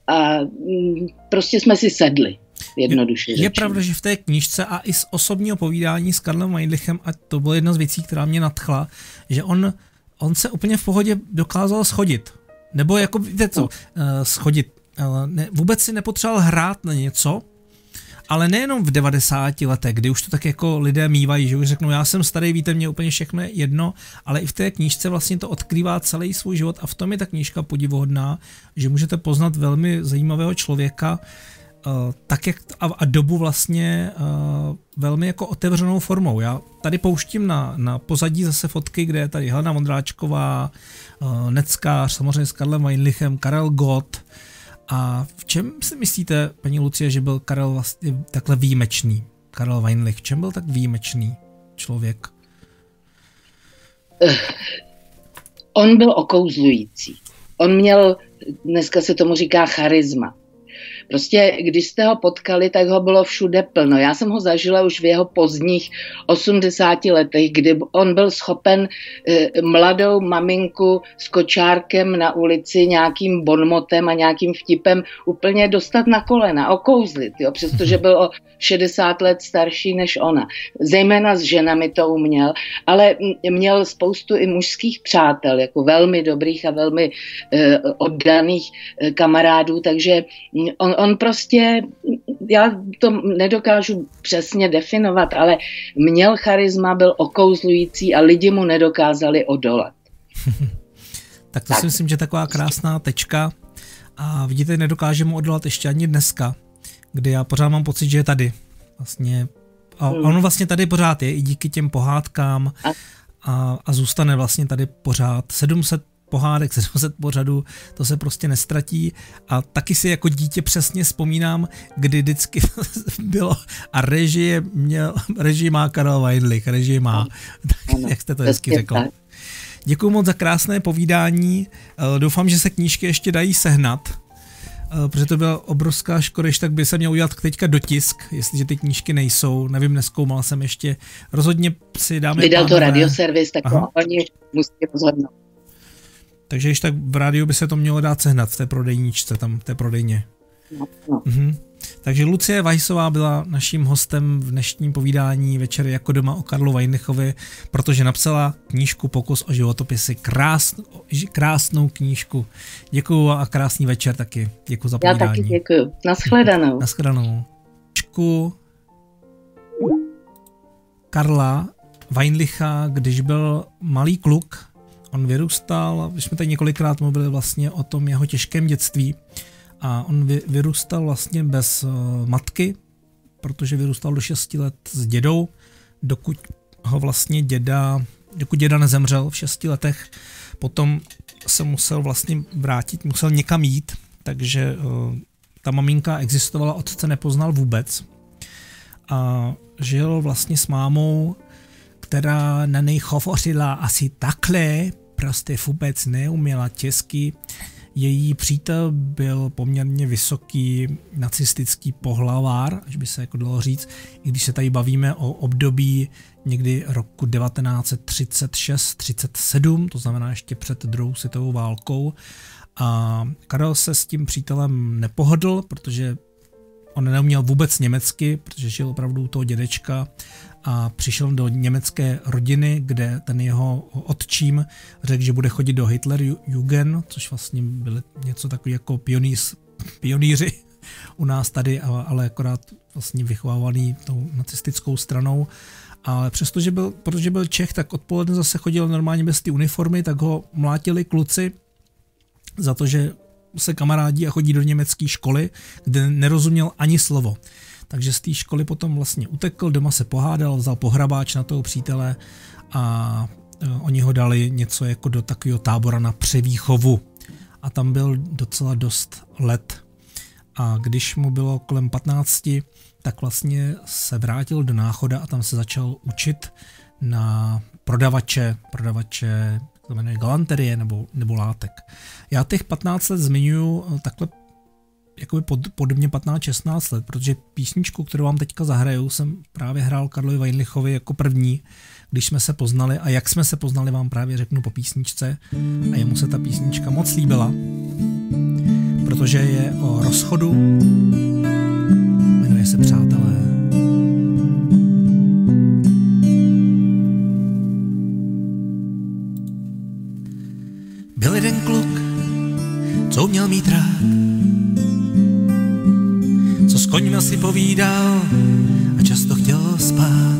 Speaker 8: prostě jsme si sedli.
Speaker 6: Je pravda, že v té knížce a i z osobního povídání s Karlem Weindlichem, a to byla jedna z věcí, která mě nadchla, že on se úplně v pohodě dokázal schodit. Nebo jako, víte co, schodit. Vůbec si nepotřeboval hrát na něco, ale nejenom v 90 letech, kdy už to tak jako lidé mívají, že už řeknou, já jsem starý, víte, mě úplně všechno je jedno, ale i v té knížce vlastně to odkrývá celý svůj život a v tom je ta knížka podivuhodná, že můžete poznat velmi zajímavého člověka, tak jak a dobu vlastně velmi jako otevřenou formou. Já tady pouštím na pozadí zase fotky, kde je tady Helena Vondráčková, Neckář, samozřejmě s Karlem Weindlichem, Karel Gott. A v čem si myslíte, paní Lucie, že byl Karel vlastně takhle výjimečný? Karel Weindlich, v čem byl tak výjimečný člověk?
Speaker 8: On byl okouzlující. On měl, dneska se tomu říká charisma. Prostě, když jste ho potkali, tak ho bylo všude plno. Já jsem ho zažila už v jeho pozdních 80 letech, kdy on byl schopen mladou maminku s kočárkem na ulici nějakým bonmotem a nějakým vtipem úplně dostat na kolena, okouzlit, jo, přestože byl o 60 let starší než ona. Zejména s ženami to uměl, ale měl spoustu i mužských přátel, jako velmi dobrých a velmi oddaných kamarádů, takže on prostě, já to nedokážu přesně definovat, ale měl charisma, byl okouzlující a lidi mu nedokázali odolat.
Speaker 6: Tak to si myslím, že taková krásná tečka a vidíte, nedokáže mu odolat ještě ani dneska, kdy já pořád mám pocit, že je tady. Vlastně, a on vlastně tady pořád je i díky těm pohádkám a zůstane vlastně tady pořád. 700 pohádek, 700 pořadů, to se prostě nestratí a taky si jako dítě přesně vzpomínám, kdy vždycky bylo a režii má Karel Weindlich, režii má, tak, jak jste to hezky řekl. Děkuju moc za krásné povídání, doufám, že se knížky ještě dají sehnat, protože to byla obrovská škoda, tak by se měl udělat teďka dotisk, jestliže ty knížky nejsou, nevím, nezkoumal jsem ještě, rozhodně si dáme
Speaker 8: vydal to Radioservis, tak oni musí rozhodnout.
Speaker 6: Takže když tak v rádiu by se to mělo dát sehnat v té prodejničce, tam v té prodejně.
Speaker 8: No.
Speaker 6: Takže Lucie Weissová byla naším hostem v dnešním povídání Večer jako doma o Karlu Weinlichovi, protože napsala knížku Pokus o životopisy, krásnou knížku. Děkuju a krásný večer taky. Děkuju za povídání.
Speaker 8: Já taky děkuju. Nashledanou.
Speaker 6: Nashledanou. Karla Weinlicha, když byl malý kluk, on vyrůstal, my jsme tady několikrát mluvili vlastně o tom jeho těžkém dětství, a on vyrůstal vlastně bez matky, protože vyrůstal do 6 let s dědou, dokud děda nezemřel v 6 letech. Potom se musel vlastně vrátit, musel někam jít, takže ta maminka existovala, otce nepoznal vůbec. A žil vlastně s mámou, která na něj hovořila asi takhle, prostě vůbec neuměla česky. Její přítel byl poměrně vysoký nacistický pohlavár, až by se jako dalo říct, i když se tady bavíme o období někdy roku 1936-37, to znamená ještě před druhou světovou válkou. A Karel se s tím přítelem nepohodl, protože on neuměl vůbec německy, protože žil opravdu u toho dědečka, a přišel do německé rodiny, kde ten jeho otčím řekl, že bude chodit do Hitlerjugend, což vlastně byly něco takový jako pionýři u nás tady, ale akorát vlastně vychovávaný tou nacistickou stranou. Ale protože byl Čech, tak odpoledne zase chodil normálně bez ty uniformy, tak ho mlátili kluci za to, že se kamarádí a chodí do německé školy, kde nerozuměl ani slovo. Takže z té školy potom vlastně utekl, doma se pohádal, vzal pohrabáč na toho přítele a oni ho dali něco jako do takového tábora na převýchovu. A tam byl docela dost let. A když mu bylo kolem 15, tak vlastně se vrátil do Náchoda a tam se začal učit na prodavače, to jmenuje galanterie nebo látek. Já těch 15 let zmiňuji takhle jakoby podobně 15-16 let, protože písničku, kterou vám teďka zahraju, jsem právě hrál Karlovi Weinlichovi jako první, když jsme se poznali, a jak jsme se poznali, vám právě řeknu po písničce, a jemu se ta písnička moc líbila, protože je o rozchodu, jmenuje se Přátelé. Byl jeden kluk, co měl mít rád, co s koňmi si povídal a často chtěl spát.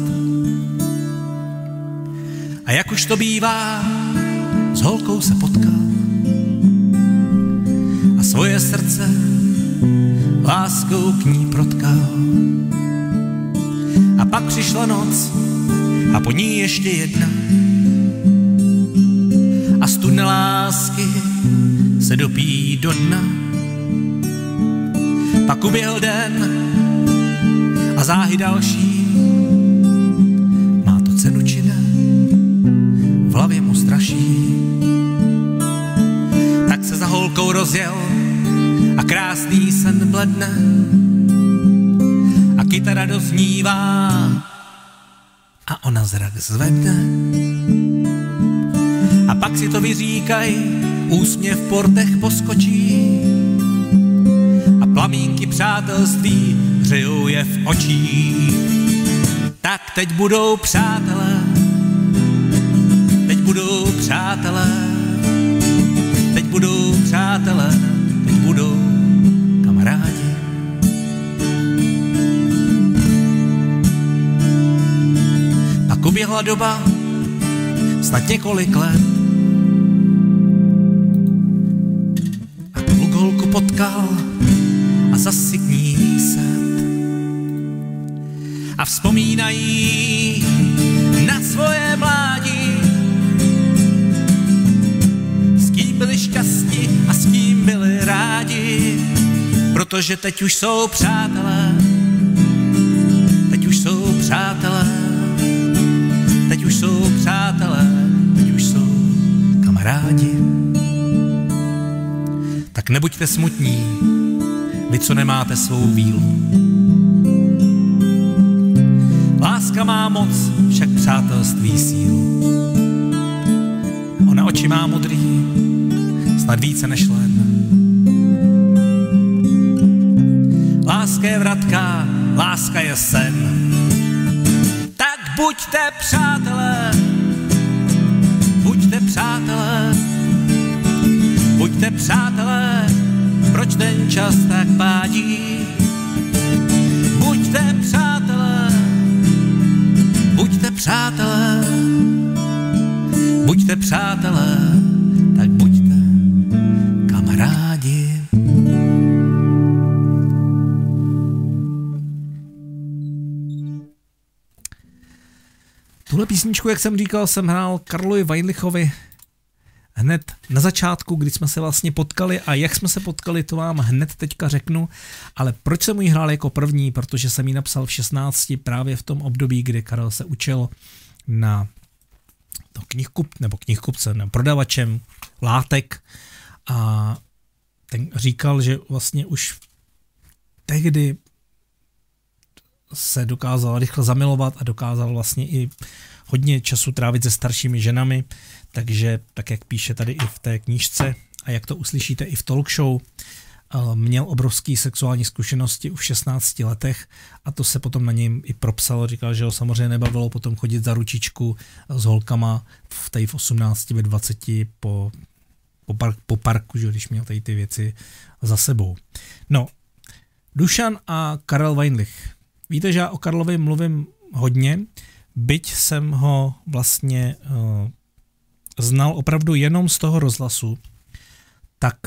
Speaker 6: A jak už to bývá, s holkou se potkal a svoje srdce láskou k ní protkal. A pak přišla noc a po ní ještě jedna a studne lásky se dopíjí do dna. Pak uběhl den a záhy další, má to cenu či ne, v hlavě mu straší. Tak se za holkou rozjel a krásný sen bledne a kytara doznívá a ona zrak zvedne. A pak si to vyříkaj, úsměv v portech poskočí a plamínky přátelství hřejou je v očích. Tak teď budou přátelé, teď budou přátelé, teď budou přátelé, teď budou kamarádi. Pak uběhla doba, snad několik let, a kluk holku potkal a zas k ní set. A vzpomínají na svoje mládí, s kým byli šťastní a s kým byli rádi, protože teď už jsou přátelé, teď už jsou přátelé, teď už jsou přátelé, teď už jsou kamarádi. Tak nebuďte smutní, vy, co nemáte svou vílu. Láska má moc, však přátelství sílu. Ona oči má modrý, snad více než len. Láska je vratka, láska je sen. Tak buďte přátelé, buďte přátelé, buďte přátelé, proč ten čas tak pádí. Buďte přátelé, buďte přátelé, buďte přátelé, tak buďte kamarádi. Tuhle písničku, jak jsem říkal, jsem hrál Karlovi Weinlichovi hned na začátku, kdy jsme se vlastně potkali, a jak jsme se potkali, to vám hned teďka řeknu, ale proč jsem ji hrál jako první, protože jsem ji napsal v 16, právě v tom období, kdy Karel se učil na knihkupce, prodavačem látek, a ten říkal, že vlastně už tehdy se dokázal rychle zamilovat a dokázal vlastně i hodně času trávit se staršími ženami, takže tak, jak píše tady i v té knížce a jak to uslyšíte i v talk show, měl obrovský sexuální zkušenosti už v 16 letech a to se potom na něm i propsalo. Říkal, že ho samozřejmě nebavilo potom chodit za ručičku s holkama v 18, ve 20 po parku, že, když měl tady ty věci za sebou. No, Dušan a Karel Weinlich. Víte, že já o Karlovi mluvím hodně, byť jsem ho vlastně znal opravdu jenom z toho rozhlasu, tak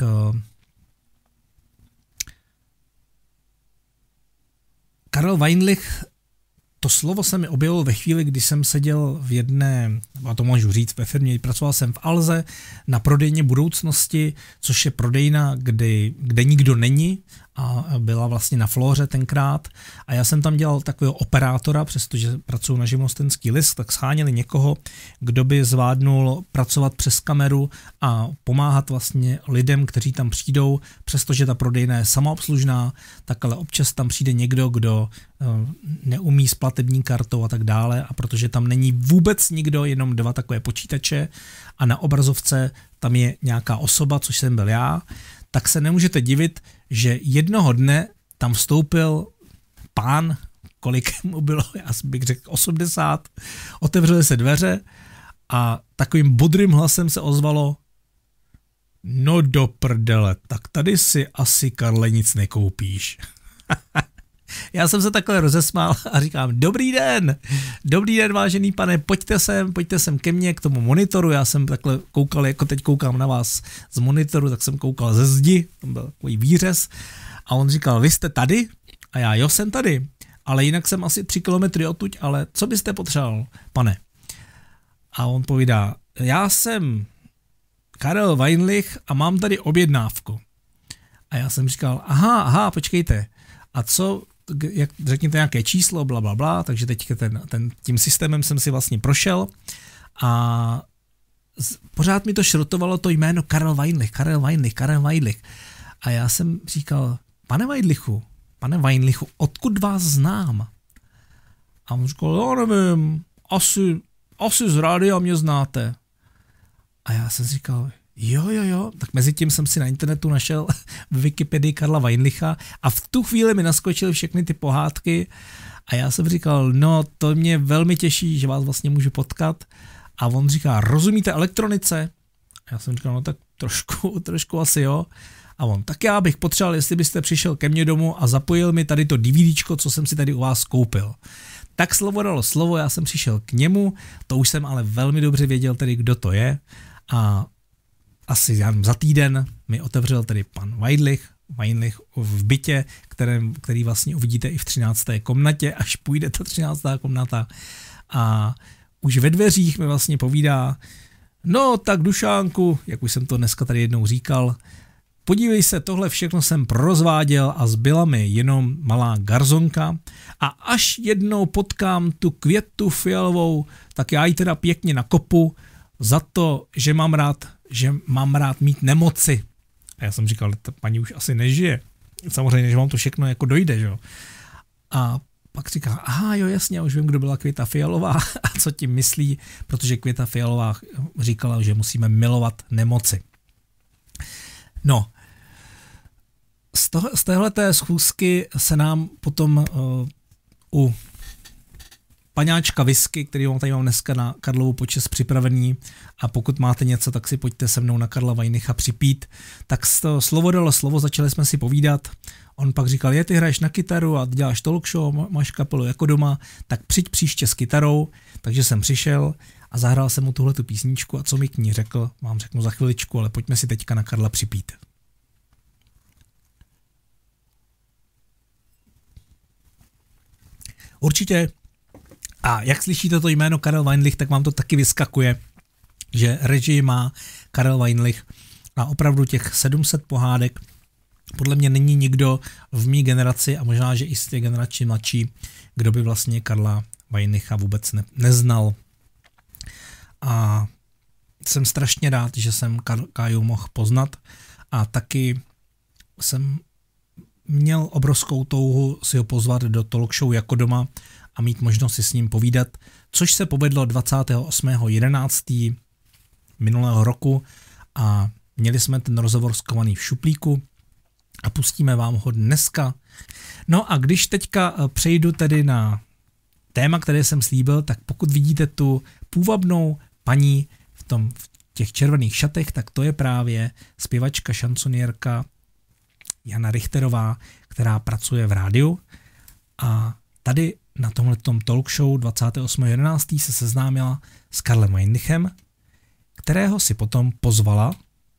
Speaker 6: Karel Weinlich, to slovo se mi objevilo ve chvíli, kdy jsem seděl v jedné, a to můžu říct, ve firmě, pracoval jsem v Alze na prodejně budoucnosti, což je prodejna, kde nikdo není, a byla vlastně na Flóře tenkrát, a já jsem tam dělal takového operátora, přestože pracuji na živnostenský list, tak scháněli někoho, kdo by zvládnul pracovat přes kameru a pomáhat vlastně lidem, kteří tam přijdou, přestože ta prodejna je samoobslužná, tak ale občas tam přijde někdo, kdo neumí s platební kartou a tak dále, a protože tam není vůbec nikdo, jenom 2 takové počítače a na obrazovce tam je nějaká osoba, což jsem byl já, tak se nemůžete divit, že jednoho dne tam vstoupil pán, kolik mu bylo, já bych řekl 80, otevřely se dveře a takovým bodrým hlasem se ozvalo: no do prdele, tak tady si asi, Karle, nic nekoupíš. Já jsem se takhle rozesmál a říkám: dobrý den, vážený pane, pojďte sem ke mně, k tomu monitoru. Já jsem takhle koukal, jako teď koukám na vás z monitoru, tak jsem koukal ze zdi, tam byl takový výřez, a on říkal: vy jste tady? A já: jo, jsem tady, ale jinak jsem asi 3 kilometry odtud, ale co byste potřeboval, pane? A on povídá: já jsem Karel Weinlich a mám tady objednávku. A já jsem říkal: aha, počkejte, a co, řekněte nějaké číslo, blablabla, takže teď tím systémem jsem si vlastně prošel a pořád mi to šrotovalo to jméno Karel Weinlich. A já jsem říkal: pane Weinlichu, odkud vás znám? A on říkal: já nevím, asi z rádia mě znáte. A já jsem říkal: jo, tak mezi tím jsem si na internetu našel v Wikipedii Karla Weinlicha a v tu chvíli mi naskočily všechny ty pohádky a já jsem říkal: no, to mě velmi těší, že vás vlastně můžu potkat. A on říká: rozumíte elektronice? A já jsem říkal: no tak trošku asi jo. A on: tak já bych potřeboval, jestli byste přišel ke mně domů a zapojil mi tady to DVDčko, co jsem si tady u vás koupil. Tak slovo dalo slovo, já jsem přišel k němu, to už jsem ale velmi dobře věděl tedy, kdo to je, a asi za týden mi otevřel tedy pan Weinlich v bytě, který vlastně uvidíte i v 13. komnatě, až půjde ta 13. komnata. A už ve dveřích mi vlastně povídá: no tak Dušánku, jak už jsem to dneska tady jednou říkal, podívej se, tohle všechno jsem prorozváděl a zbyla mi jenom malá garzonka a až jednou potkám tu Květu Fialovou, tak já ji teda pěkně nakopu za to, že mám rád mít nemoci. A já jsem říkal: ta paní už asi nežije. Samozřejmě, že vám to všechno jako dojde, že jo. A pak říká: aha, jo, jasně, už vím, kdo byla Květa Fialová a co tím myslí, protože Květa Fialová říkala, že musíme milovat nemoci. No, Z téhleté schůzky se nám potom u paňáčka whisky, který tady mám dneska na Karlovu počest připravený, a pokud máte něco, tak si pojďte se mnou na Karla Weinlicha připít. Tak slovo dalo slovo, začali jsme si povídat. On pak říkal, ty hraješ na kytaru a děláš talk show, máš kapelu jako doma, tak přijď příště s kytarou. Takže jsem přišel a zahrál jsem mu tuhletu písničku a co mi k ní řekl, vám řeknu za chviličku, ale pojďme si teďka na Karla připít. Určitě. A jak slyšíte to jméno Karel Weinlich, tak vám to taky vyskakuje, že režii má Karel Weinlich a opravdu těch 700 pohádek podle mě není nikdo v mý generaci a možná, že i z těch generací mladší, kdo by vlastně Karla Weinlicha vůbec neznal. A jsem strašně rád, že jsem Káju mohl poznat a taky jsem měl obrovskou touhu si ho pozvat do talk show jako doma a mít možnost si s ním povídat, což se povedlo 28.11. minulého roku a měli jsme ten rozhovor skovaný v šuplíku a pustíme vám ho dneska. No a když teďka přejdu tedy na téma, které jsem slíbil, tak pokud vidíte tu půvabnou paní v těch červených šatech, tak to je právě zpěvačka, šansonierka Jana Richterová, která pracuje v rádiu a tady na tomhletom talk show 28.11. se seznámila s Karlem Weinlichem, kterého si potom pozvala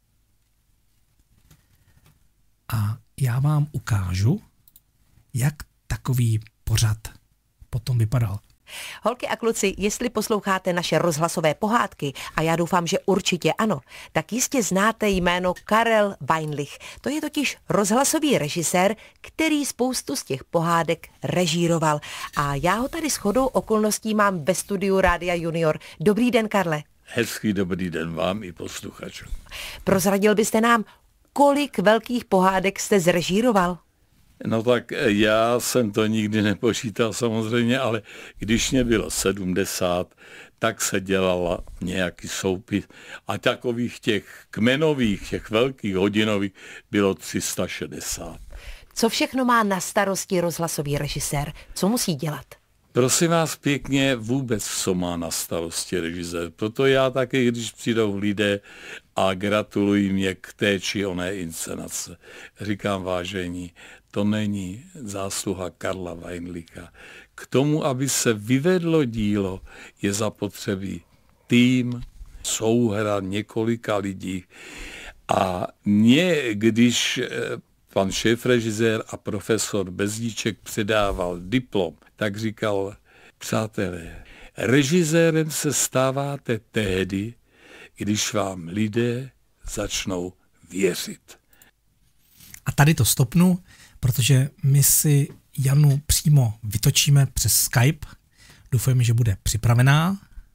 Speaker 6: a já vám ukážu, jak takový pořad potom vypadal.
Speaker 9: Holky a kluci, jestli posloucháte naše rozhlasové pohádky, a já doufám, že určitě ano, tak jistě znáte jméno Karel Weinlich. To je totiž rozhlasový režisér, který spoustu z těch pohádek režíroval. A já ho tady shodou okolností mám ve studiu Rádia Junior. Dobrý den, Karle.
Speaker 10: Hezký dobrý den vám i posluchačům.
Speaker 9: Prozradil byste nám, kolik velkých pohádek jste zrežíroval?
Speaker 10: No tak já jsem to nikdy nepočítal samozřejmě, ale když mě bylo 70, tak se dělala nějaký soupis a takových těch kmenových, těch velkých hodinových bylo 360.
Speaker 9: Co všechno má na starosti rozhlasový režisér? Co musí dělat?
Speaker 10: Prosím vás pěkně, vůbec co má na starosti režisér. Proto já taky, když přijdou lidé a gratulují mě k té či oné inscenace, říkám vážení, to není zásluha Karla Weinlicha. K tomu, aby se vyvedlo dílo, je zapotřebí tým, souhra několika lidí. A mě, když pan šéfrežisér a profesor Bezdíček předával diplom, tak říkal, přátelé, režisérem se stáváte tehdy, když vám lidé začnou věřit.
Speaker 6: A tady to stopnu, protože my si Janu přímo vytočíme přes Skype. Doufujeme, že bude připravená.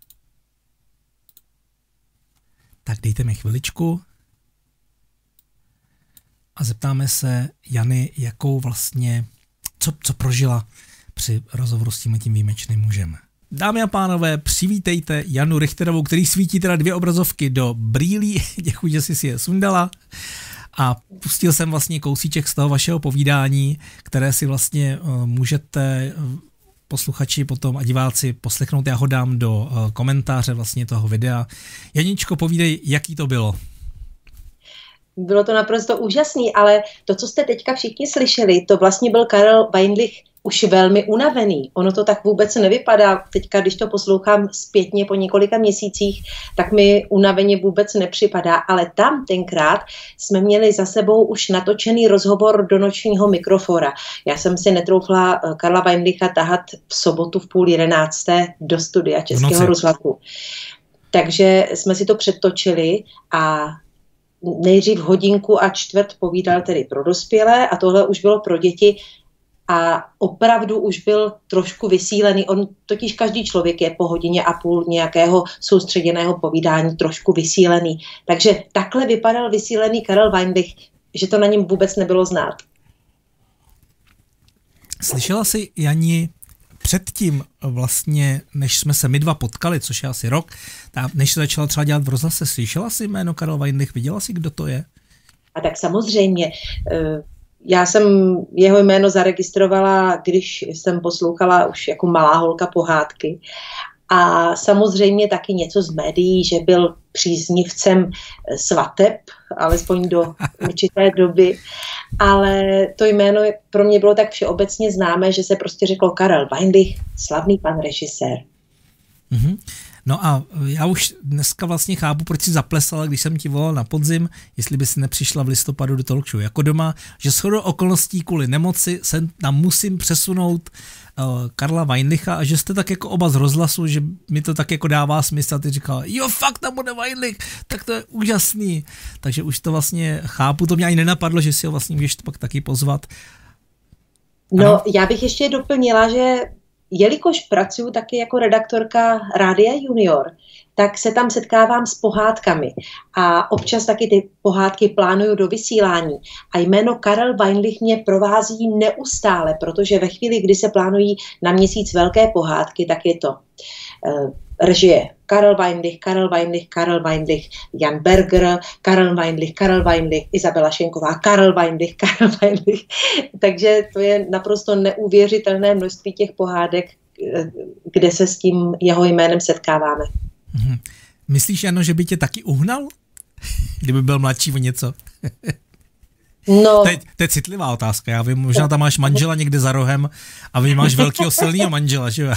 Speaker 6: Tak dejte mi chviličku. A zeptáme se Jany, jakou vlastně, co prožila při rozhovoru s tím výjimečným mužem. Dámy a pánové, přivítejte Janu Richterovou, který svítí teda 2 obrazovky do brýlí. Děkuji, že jsi si je sundala. A pustil jsem vlastně kousíček z toho vašeho povídání, které si vlastně můžete posluchači potom a diváci poslechnout. Já ho dám do komentáře vlastně toho videa. Janičko, povídej, jaký to bylo.
Speaker 11: Bylo to naprosto úžasný, ale to, co jste teďka všichni slyšeli, to vlastně byl Karel Weinlich už velmi unavený. Ono to tak vůbec nevypadá. Teďka, když to poslouchám zpětně po několika měsících, tak mi unaveně vůbec nepřipadá. Ale tam tenkrát jsme měli za sebou už natočený rozhovor do nočního mikrofona. Já jsem si netroufla Karla Weinlicha tahat v sobotu v 10:30 do studia Českého rozhlasu. Takže jsme si to předtočili a nejdřív 1.25 hodiny povídal tedy pro dospělé a tohle už bylo pro děti a opravdu už byl trošku vysílený. On totiž každý člověk je po 1.5 hodiny nějakého soustředěného povídání trošku vysílený. Takže takhle vypadal vysílený Karel Weinlich, že to na něm vůbec nebylo znát.
Speaker 6: Slyšela jsi, Jani, předtím vlastně, než jsme se my dva potkali, což je asi rok, než se začala třeba dělat v rozhlase, slyšela jsi jméno Karel Weinlich, viděla jsi, kdo to je?
Speaker 11: A tak samozřejmě, já jsem jeho jméno zaregistrovala, když jsem poslouchala už jako malá holka pohádky. A samozřejmě taky něco z médií, že byl příznivcem svateb, alespoň do určité doby. Ale to jméno pro mě bylo tak všeobecně známé, že se prostě řeklo Karel Weinlich, slavný pan režisér.
Speaker 6: Mm-hmm. No a já už dneska vlastně chápu, proč si zaplesala, když jsem ti volal na podzim, jestli by si nepřišla v listopadu do talk show jako doma, že shodou okolností kvůli nemoci se tam musím přesunout Karla Weinlicha a že jste tak jako oba z rozhlasu, že mi to tak jako dává smysl a ty říkala, jo fakt tam bude Weinlich, tak to je úžasný. Takže už to vlastně chápu, to mě ani nenapadlo, že si ho vlastně můžeš pak taky pozvat.
Speaker 11: No,
Speaker 6: ano?
Speaker 11: Já bych ještě doplnila, že jelikož pracuji taky jako redaktorka Rádia Junior, tak se tam setkávám s pohádkami a občas taky ty pohádky plánuju do vysílání. A jméno Karel Weinlich mě provází neustále, protože ve chvíli, kdy se plánují na měsíc velké pohádky, tak je to režie Karel Weinlich, Karel Weinlich, Karel Weinlich, Jan Berger, Karel Weinlich, Izabela Šenková, Karel Weinlich. Takže to je naprosto neuvěřitelné množství těch pohádek, kde se s tím jeho jménem setkáváme.
Speaker 6: Myslíš, Jano, že by tě taky uhnal? Kdyby byl mladší o něco?
Speaker 11: No.
Speaker 6: To je citlivá otázka, já vím, možná tam máš manžela někde za rohem a vy máš velkýho silného manžela, že jo?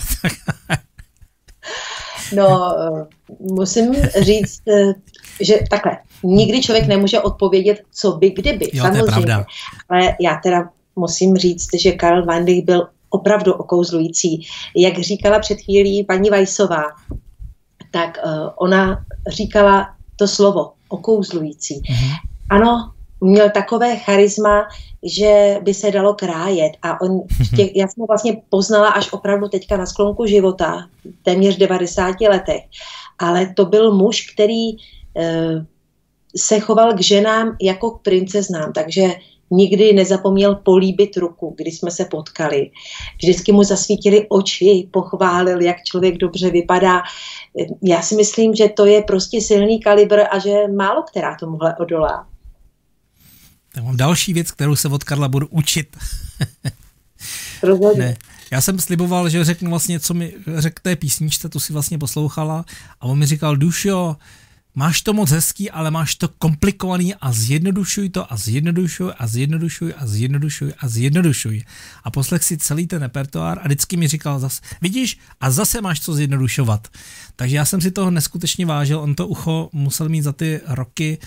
Speaker 11: No, musím říct, že takhle, nikdy člověk nemůže odpovědět, co by kdyby,
Speaker 6: jo,
Speaker 11: samozřejmě.
Speaker 6: To je pravda.
Speaker 11: Ale já teda musím říct, že Karel Weinlich byl opravdu okouzlující. Jak říkala před chvílí paní Weissová, tak ona říkala to slovo okouzlující. Mm-hmm. Ano, měl takové charisma, že by se dalo krájet a já jsem ho vlastně poznala až opravdu teďka na sklonku života, téměř 90 letech, ale to byl muž, který se choval k ženám jako k princeznám, takže nikdy nezapomněl políbit ruku, když jsme se potkali. Vždycky mu zasvítily oči, pochválil, jak člověk dobře vypadá. Já si myslím, že to je prostě silný kalibr a že málo která tomuhle odolá.
Speaker 6: Já mám další věc, kterou se od Karla budu učit. Ne. Já jsem sliboval, že řeknu vlastně, co mi řekl té písničce, tu si vlastně poslouchala a on mi říkal, Dušo, máš to moc hezký, ale máš to komplikovaný a zjednodušuj to a zjednodušuj a zjednodušuj a zjednodušuj a zjednodušuj. A poslech si celý ten repertoár a vždycky mi říkal zase, vidíš, a zase máš co zjednodušovat. Takže já jsem si toho neskutečně vážil, on to ucho musel mít za ty roky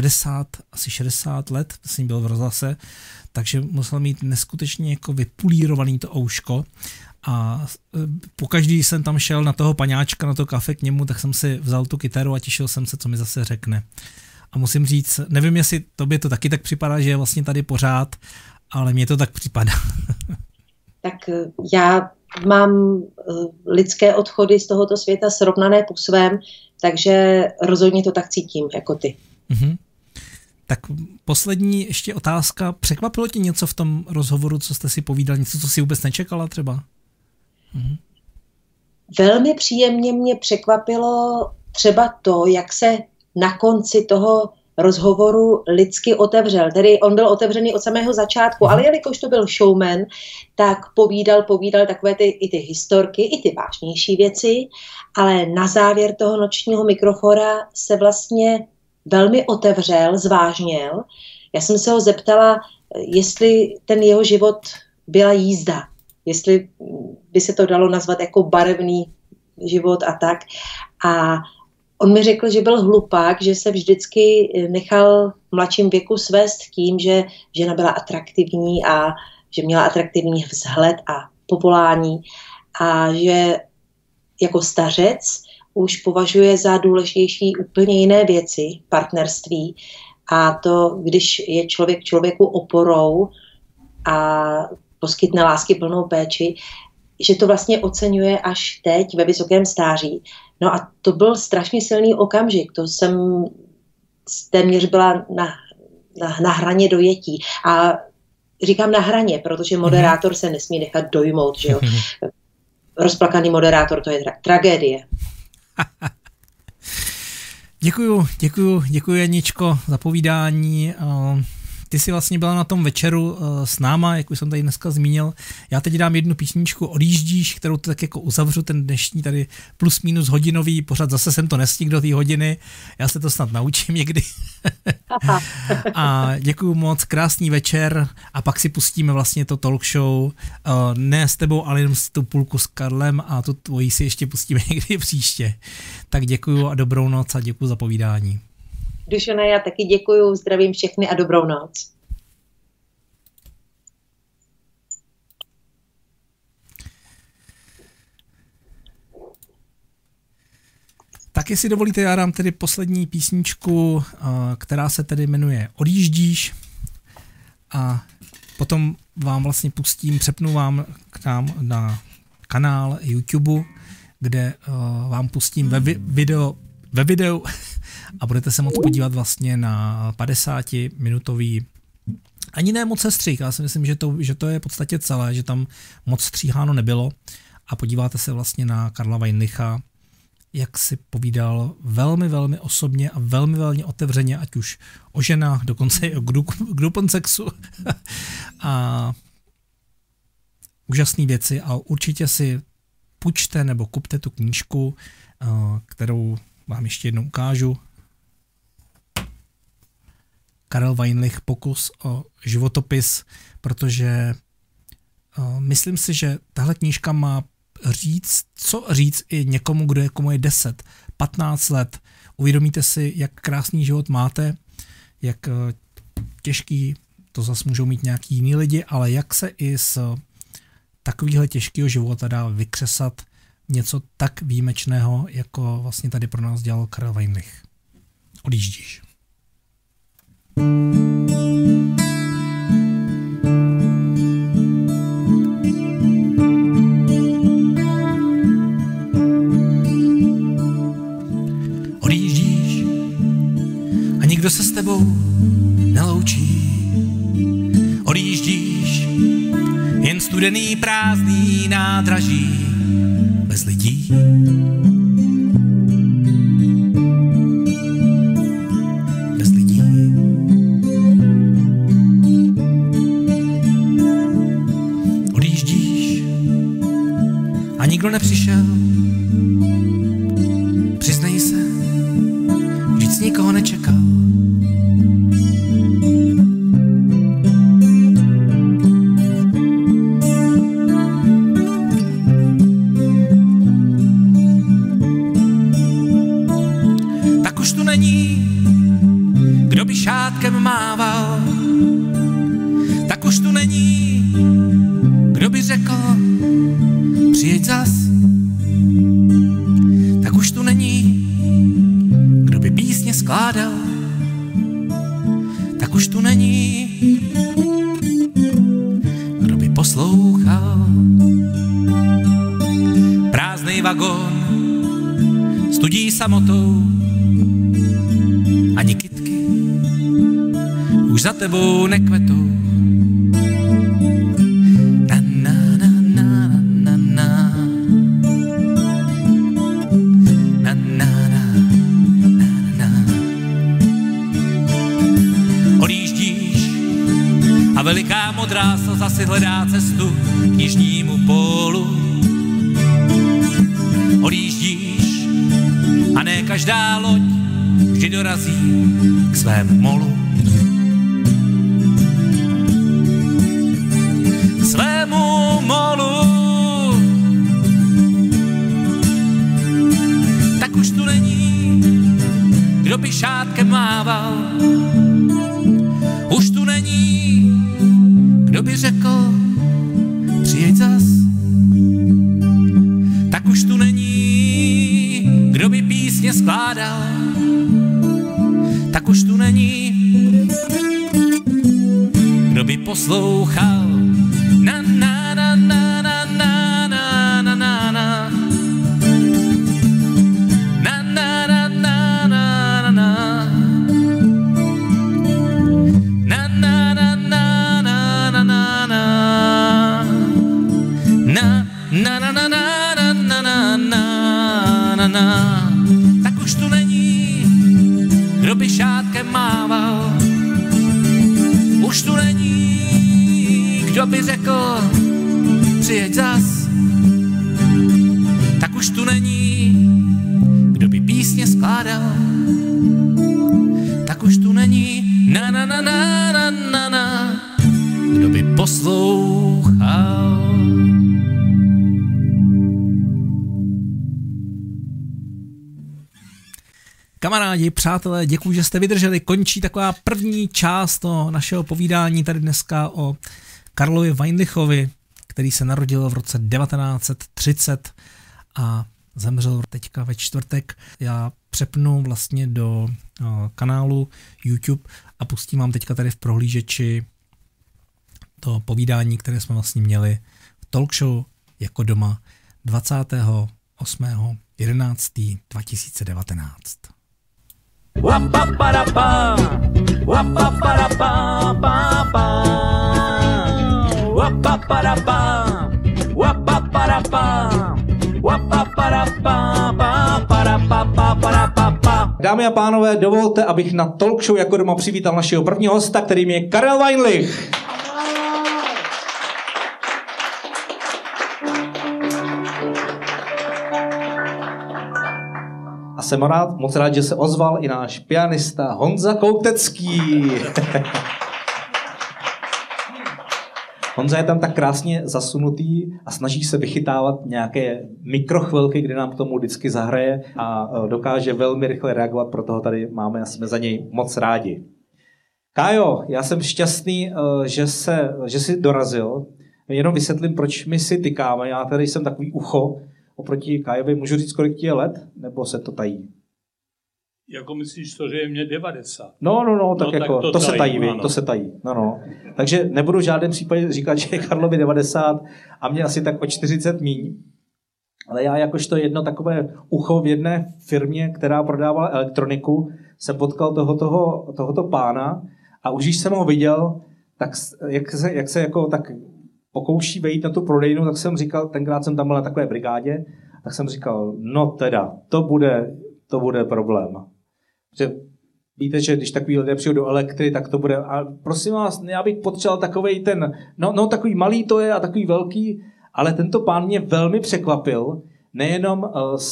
Speaker 6: asi 60 let, jsem byl v rozhlase, takže musel mít neskutečně jako vypulírovaný to ouško. A pokaždý jsem tam šel na toho paňáčka, na to kafe k němu, tak jsem si vzal tu kytaru a těšil jsem se, co mi zase řekne. A musím říct, nevím, jestli tobě to taky tak připadá, že je vlastně tady pořád, ale mně to tak připadá.
Speaker 11: Tak já mám lidské odchody z tohoto světa srovnané po svém, takže rozhodně to tak cítím, jako ty.
Speaker 6: Mhm. Tak poslední ještě otázka. Překvapilo tě něco v tom rozhovoru, co jste si povídali, něco, co si vůbec nečekala třeba? Mhm.
Speaker 11: Velmi příjemně mě překvapilo třeba to, jak se na konci toho rozhovoru lidsky otevřel. Tedy on byl otevřený od samého začátku, ale jelikož to byl showman, tak povídal takové i ty historky, i ty vážnější věci, ale na závěr toho nočního mikrofona se vlastně velmi otevřel, zvážněl. Já jsem se ho zeptala, jestli ten jeho život byla jízda, jestli by se to dalo nazvat jako barevný život a tak. A on mi řekl, že byl hlupák, že se vždycky nechal v mladším věku svést tím, že žena byla atraktivní a že měla atraktivní vzhled a povolání a že jako stařec už považuje za důležitější úplně jiné věci, partnerství a to, když je člověk člověku oporou a poskytne láskyplnou péči, že to vlastně oceňuje až teď ve vysokém stáří. No a to byl strašně silný okamžik, to jsem téměř byla na hraně dojetí. A říkám na hraně, protože moderátor se nesmí nechat dojmout, že jo. Rozplakaný moderátor, to je tragédie. Děkuju
Speaker 6: Janičko za povídání. ty jsi vlastně byla na tom večeru s náma, jak už jsem tady dneska zmínil. Já teď dám jednu písničku Odjíždíš, kterou tak jako uzavřu, ten dnešní tady plus minus hodinový pořad, zase jsem to nestihl do té hodiny, já se to snad naučím někdy. A děkuju moc, krásný večer a pak si pustíme vlastně to talk show, ne s tebou, ale jenom s tu půlku s Karlem a tu tvojí si ještě pustíme někdy příště. Tak děkuju a dobrou noc a děkuju za povídání.
Speaker 11: Dušane, já taky děkuju, zdravím všechny a dobrou noc.
Speaker 6: Tak jestli dovolíte, já dám tedy poslední písničku, která se tedy jmenuje Odjíždíš a potom vám vlastně přepnu vám k nám na kanál YouTube, kde vám pustím ve videu a budete se moct podívat vlastně na 50-minutový ani ne moc sestřih, já si myslím, že to je v podstatě celé, že tam moc stříháno nebylo a podíváte se vlastně na Karla Weinlicha, jak si povídal velmi, velmi osobně a velmi, velmi otevřeně, ať už o ženách, dokonce i o gruponsexu a úžasné věci a určitě si půjčte nebo kupte tu knížku, kterou vám ještě jednou ukážu. Karel Weinlich, pokus o životopis, protože myslím si, že tahle knížka má co říct i někomu, komu je 10, 15 let. Uvědomíte si, jak krásný život máte, jak těžký to zase můžou mít nějaký jiný lidi, ale jak se i z takovýhle těžkého života dá vykřesat něco tak výjimečného, jako vlastně tady pro nás dělal Karel Weinlich. Odjíždíš. Odjíždíš a nikdo se s tebou neloučí. Odjíždíš jen studený prázdný nádraží bez lidí. Bez lidí. Odjíždíš a nikdo nepřišel. Přiznej se, vždyť jsi nikoho nečekal. Šátkem mával, tak už tu není, kdo by řekl, přijeď zas. Tak už tu není, kdo by písně skládal, tak už tu není, kdo by poslouchal. Prázdnej vagón, studí samotou, ani kytky už za tebou nekvetou. Na, na, na, na, na, na. Na, na, na, na, na. Odjíždíš a veliká modrá slza si hledá cestu k jižnímu pólu. Odjíždíš a ne každá loď vždy dorazí k svému molu. Svému molu. Tak už tu není, kdo by šátkem mával. Už tu není, kdo by řekl, přijeď zas. Tak už tu není, kdo by písně skládal. Tak už tu není, kdo by poslouchal. Na na na na na na na na na na. Na na na na na na na. Na na na na na na na na. Na na na na na na na na na. Tak už tu není, kdo by šátkem mával. už tu není, kdo by řekl, přijeď zas. Tak už tu není, kdo by písně skládal. Tak už tu není, na na na na na na na, kdo by poslouchal. Kamarádi, přátelé, děkuji, že jste vydrželi. Končí taková první část toho našeho povídání tady dneska o Karlovi Weinlichovi, který se narodil v roce 1930 a zemřel teďka ve čtvrtek. Já přepnu vlastně do kanálu YouTube a pustím vám teďka tady v prohlížeči to povídání, které jsme vlastně měli v talk show Jako doma 28.11.2019.
Speaker 3: Wap-pa-pa-da-pa, wap-pa-pa-da-pa-pa-pa, wap-pa-pa-da-pa, wap-pa-pa-da-pa, wap-pa-pa-da-pa-pa-pa-pa-pa-pa-pa.
Speaker 1: Dámy a pánové, dovolte, abych na talk show Jako doma přivítal našeho prvního hosta, kterým je Karel Weinlich. A jsem moc rád, že se ozval i náš pianista Honza Koutecký. Honza je tam tak krásně zasunutý a snaží se vychytávat nějaké mikrochvilky, kdy nám k tomu vždycky zahraje a dokáže velmi rychle reagovat, proto ho tady máme a jsme za něj moc rádi. Kájo, já jsem šťastný, že jsi dorazil. Jenom vysvětlím, proč my si tykáme. Já tady jsem takový ucho oproti Kájovi. Můžu říct, kolik ti je let? Nebo se to tají?
Speaker 10: Jako myslíš to, že je mě 90?
Speaker 1: No, tak jako, to se tají, to se tají. No. Takže nebudu v žádném případě říkat, že je Karlovi 90 a mě asi tak o 40 míň. Ale já jakožto jedno takové ucho v jedné firmě, která prodávala elektroniku, jsem potkal tohoto pána a už když jsem ho viděl, tak jak se jako tak pokouší vejít na tu prodejnu, tak jsem říkal, tenkrát jsem tam byl na takové brigádě, tak jsem říkal, no teda, to bude problém. Že víte, že když takový lidé přijdou do elektry, tak to bude, a prosím vás, já bych potřeboval takovej ten, no takový malý to je a takový velký, ale tento pán mě velmi překvapil, nejenom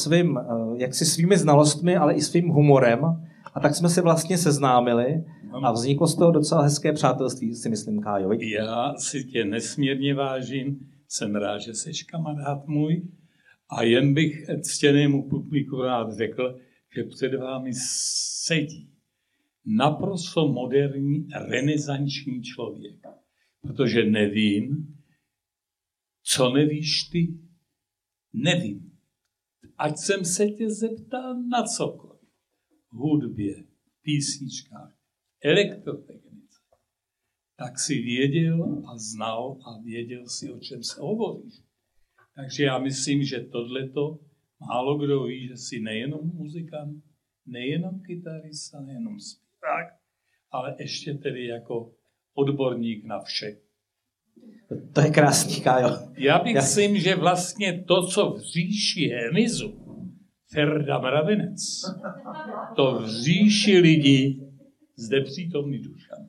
Speaker 1: svými znalostmi, ale i svým humorem, a tak jsme se vlastně seznámili a vzniklo z toho docela hezké přátelství, si myslím, Kájo.
Speaker 10: Já si tě nesmírně vážím, jsem rád, že jsi kamarád můj a jen bych ctěnému publiku rád řekl, že před vámi sedí naprosto moderní, renesanční člověk. Protože nevím, co nevíš ty, nevím. Ať jsem se tě zeptal na cokoliv. Hudbě, písničkách, elektrotechnice, tak si věděl a znal a věděl si, o čem se hovoříš. Takže já myslím, že tohleto málo kdo ví, že jsi nejenom muzikant, nejenom kytarista, nejenom zpěvák, ale ještě tedy jako odborník na vše.
Speaker 1: To je krásný, Kájo.
Speaker 10: Já myslím, že vlastně to, co v říši hmyzu, Ferda Mravenec, to v říši lidí zde přítomný Dušan.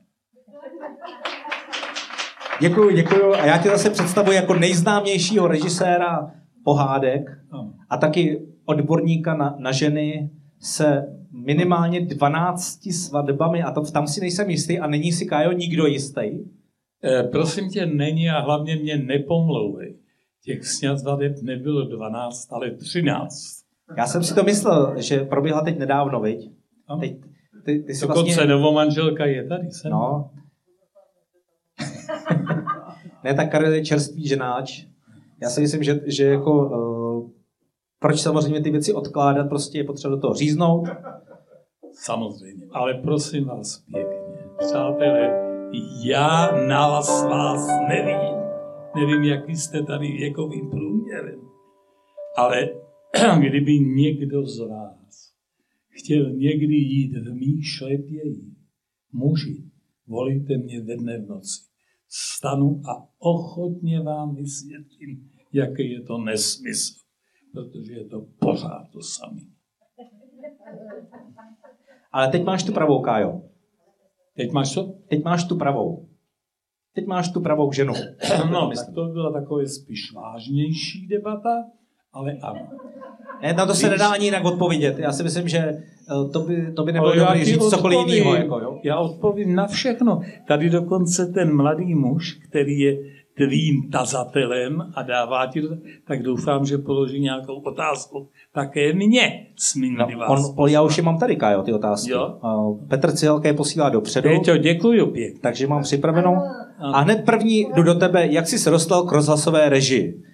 Speaker 1: Děkuju. A já tě zase představuji jako nejznámějšího režiséra pohádek a taky odborníka na ženy se minimálně 12 svatbami, a tam si nejsem jistý a není si, Kájo, nikdo jistý.
Speaker 10: Prosím tě, není a hlavně mě nepomlouvej. Těch sňatvadeb nebylo 12, ale 13.
Speaker 1: Já jsem si to myslel, že proběhla teď nedávno, viď? Ty si
Speaker 10: vlastně... novomanželka je tady, jsem.
Speaker 1: No. Ne, tak Karel je čerstvý ženáč. Já si myslím, že jako... proč samozřejmě ty věci odkládat, prostě je potřeba do toho říznout.
Speaker 10: Samozřejmě, ale prosím vás pěkně, přátelé, já na vás nevím. Nevím, jaký jste tady věkovým průměrem. Ale kdyby někdo z vás chtěl někdy jít v mých šlepěji, muži, volíte mě ve dne v noci. Vstanu a ochotně vám vysvětlím, jaký je to nesmysl. Protože je to pořád to samý.
Speaker 1: Ale teď máš tu pravou, Kájo.
Speaker 10: Teď máš co?
Speaker 1: Teď máš tu pravou.
Speaker 12: teď máš tu pravou ženu.
Speaker 10: No, tak to byla takové spíš vážnější debata, ale ano.
Speaker 12: Ne, na to se nedá ani jinak odpovědět. Já si myslím, že to by nebylo dobré říct cokoliv jiného. Jako, jo?
Speaker 10: Já odpovím na všechno. Tady dokonce ten mladý muž, který je tvým tazatelem a dává ti to, tak doufám, že položí nějakou otázku také mně.
Speaker 12: Já už je mám tady, Kájo, ty otázky. Jo? Petr Cihelka je posílá dopředu.
Speaker 10: Péťo, děkuju pěkně.
Speaker 12: Takže mám připravenou. A hned první jdu do tebe, jak jsi se dostal k rozhlasové režii?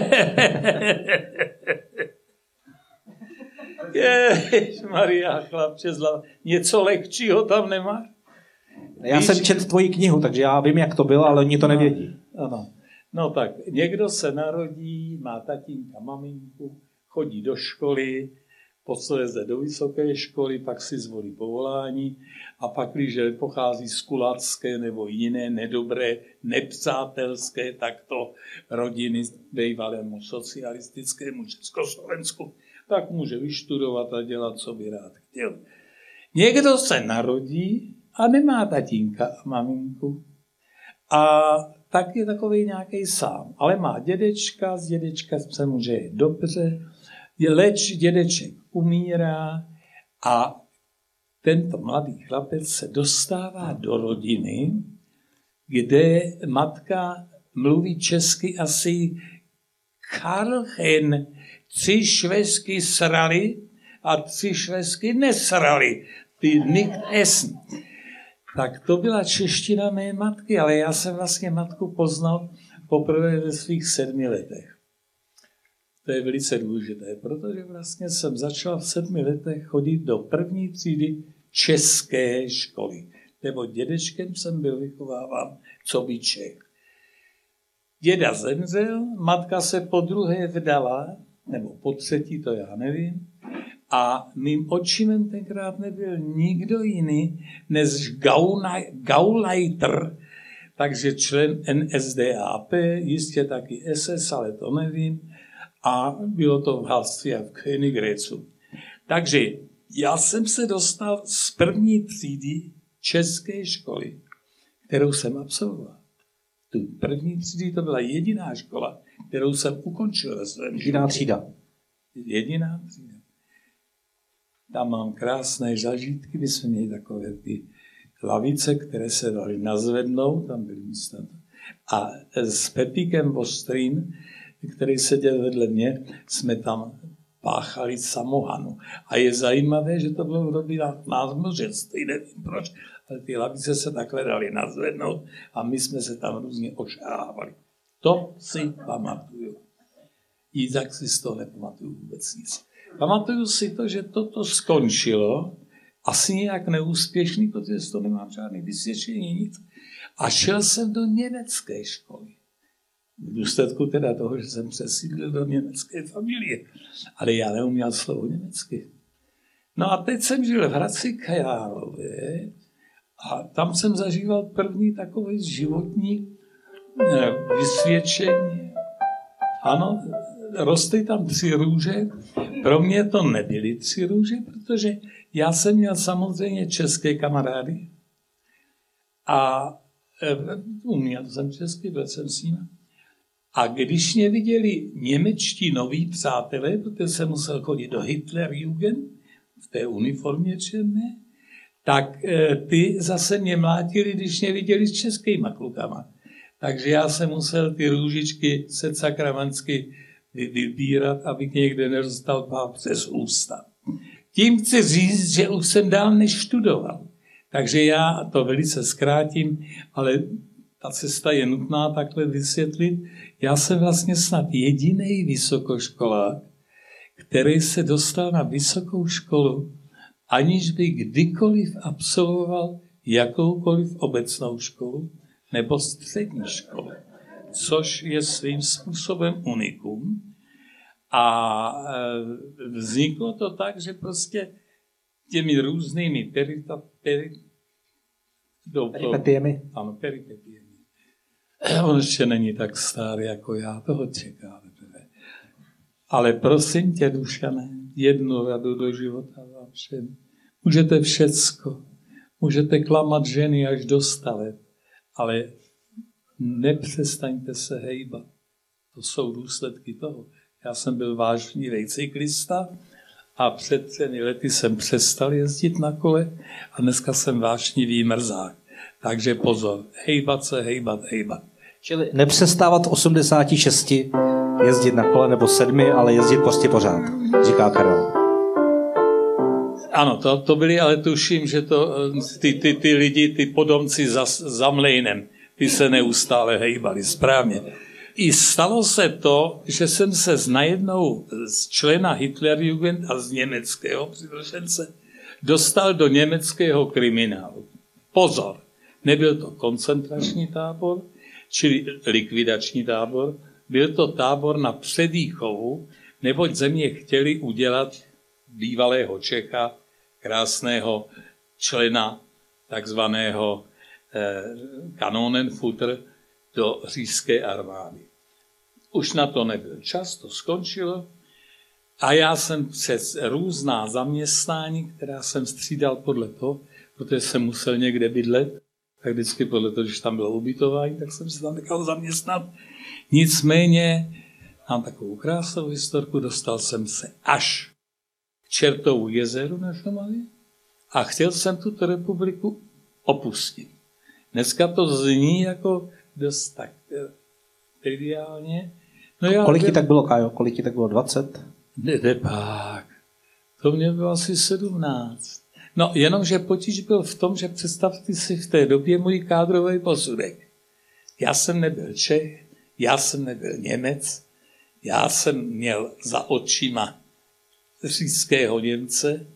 Speaker 10: Ježišmarja, chlapče, něco lehčího tam nemáš?
Speaker 12: Já jsem četl tvoji knihu, takže já vím, jak to bylo, ale oni to nevědí.
Speaker 10: Ano. No tak, někdo se narodí, má tatínka, maminku, chodí do školy, posléze do vysoké školy, pak si zvolí povolání a pak, když pochází z kulácké nebo jiné nedobré, nepřátelské takto rodiny bývalému socialistickému Československu, tak může vyštudovat a dělat, co by rád chtěl. Někdo se narodí a nemá tatínka a maminku a tak je takový nějaký sám, ale má dědečka, z dědečka se může jít dobře, leč dědeček umírá a tento mladý chlapec se dostává do rodiny, kde matka mluví česky asi Karlchen, 3 švestky srali a 3 švestky nesrali. Ty nicht essen. Tak to byla čeština mé matky, ale já jsem vlastně matku poznal poprvé ve svých 7 letech. To je velice důležité, protože vlastně jsem začal v 7 letech chodit do první třídy české školy. Nebo dědečkem jsem byl vychováván, co by Čech. Děda zemřel, matka se po druhé vdala, nebo po třetí, to já nevím, a mým očimem tenkrát nebyl nikdo jiný než Gauleiter, takže člen NSDAP, jistě taky SS, ale to nevím, a bylo to v Halství a v Königgrätzu. Takže já jsem se dostal z první třídy české školy, kterou jsem absolvoval. Tu první třídy to byla jediná škola, kterou jsem ukončil ve svém životě.
Speaker 12: Jediná třída.
Speaker 10: Jediná třída. Tam mám krásné zažitky, my jsme měli takové ty lavice, které se daly nazvednout, tam byly místa. A s Pepíkem Vostrín, který seděl vedle mě, jsme tam páchali samohanu. A je zajímavé, že to bylo v době námořnictví, nevím proč, ale ty lavice se takhle daly nazvednout a my jsme se tam různě ošahávali. To si pamatuju. Jinak si z toho nepamatuju vůbec nic. Pamatuju si to, že toto skončilo, asi nějak neúspěšný, protože z toho nemám žádný vysvědčení, nic. A šel jsem do německé školy. V důsledku teda toho, že jsem přesídlil do německé familie. Ale já neuměl slovo německy. No a teď jsem žil v Hradci Králové a tam jsem zažíval první takové životní vysvědčení. Ano, rostly tam 3 růže. Pro mě to nebyly 3 růže, protože já jsem měl samozřejmě české kamarády a uměl jsem česky, byl jsem s nimi. A když mě viděli němečtí noví přátelé, protože jsem musel chodit do Hitlerjugend v té uniformě černé, tak ty zase mě mlátili, když mě viděli s českýma klukama. Takže já jsem musel ty růžičky sakramentsky vybírat, abych někde nedostal pár přes ústa. Tím chci říct, že už jsem dál neštudoval. Takže já to velice zkrátím, ale ta cesta je nutná takhle vysvětlit. Já jsem vlastně snad jediný vysokoškolák, který se dostal na vysokou školu, aniž by kdykoliv absolvoval jakoukoliv obecnou školu nebo střední školu, což je svým způsobem unikum. A vzniklo to tak, že prostě těmi různými
Speaker 12: peripetiemi.
Speaker 10: Ano, peripetiemi. On ještě není tak starý jako já, toho čeká. Ale prosím tě, Dušane, jednu radu do života vám všem. Můžete všecko. Můžete klamat ženy až do 100 let, ale nepřestaňte se hejbat. To jsou důsledky toho. Já jsem byl vášnivý cyklista a před 3 lety jsem přestal jezdit na kole a dneska jsem vášnivý mrzák. Takže pozor, hejbat se, hejbat.
Speaker 12: Čili nepřestávat 86 jezdit na kole nebo 7, ale jezdit prostě pořád, říká Karel.
Speaker 10: Ano, to byli, ale tuším, že to ty lidi, ty podomci za mlejnem, ty se neustále hejbali, správně. I stalo se to, že jsem se najednou z člena Hitlerjugend a z německého přivržence dostal do německého kriminálu. Pozor, nebyl to koncentrační tábor, čili likvidační tábor, byl to tábor na předvýchovu, neboť ze mě chtěli udělat bývalého Čecha, krásného člena takzvaného Kanonenfutter do říšské armády. Už na to nebyl čas, to skončilo a já jsem přes různá zaměstnání, která jsem střídal podle toho, protože jsem musel někde bydlet, tak vždycky podle toho, když tam bylo ubytování, tak jsem se tam nechal zaměstnat. Nicméně mám takovou krásnou historku, dostal jsem se až k Čertovu jezeru na Šumavě a chtěl jsem tuto republiku opustit. Dneska to zní jako dost tak triviálně. No
Speaker 12: kolik ti tak bylo, Kájo? Kolik ti tak bylo? 20?
Speaker 10: Nedepák. To mě bylo asi 17. No, jenomže potíž byl v tom, že představte si v té době můj kádrový posudek. Já jsem nebyl Čech, já jsem nebyl Němec, já jsem měl za očima říšského Němce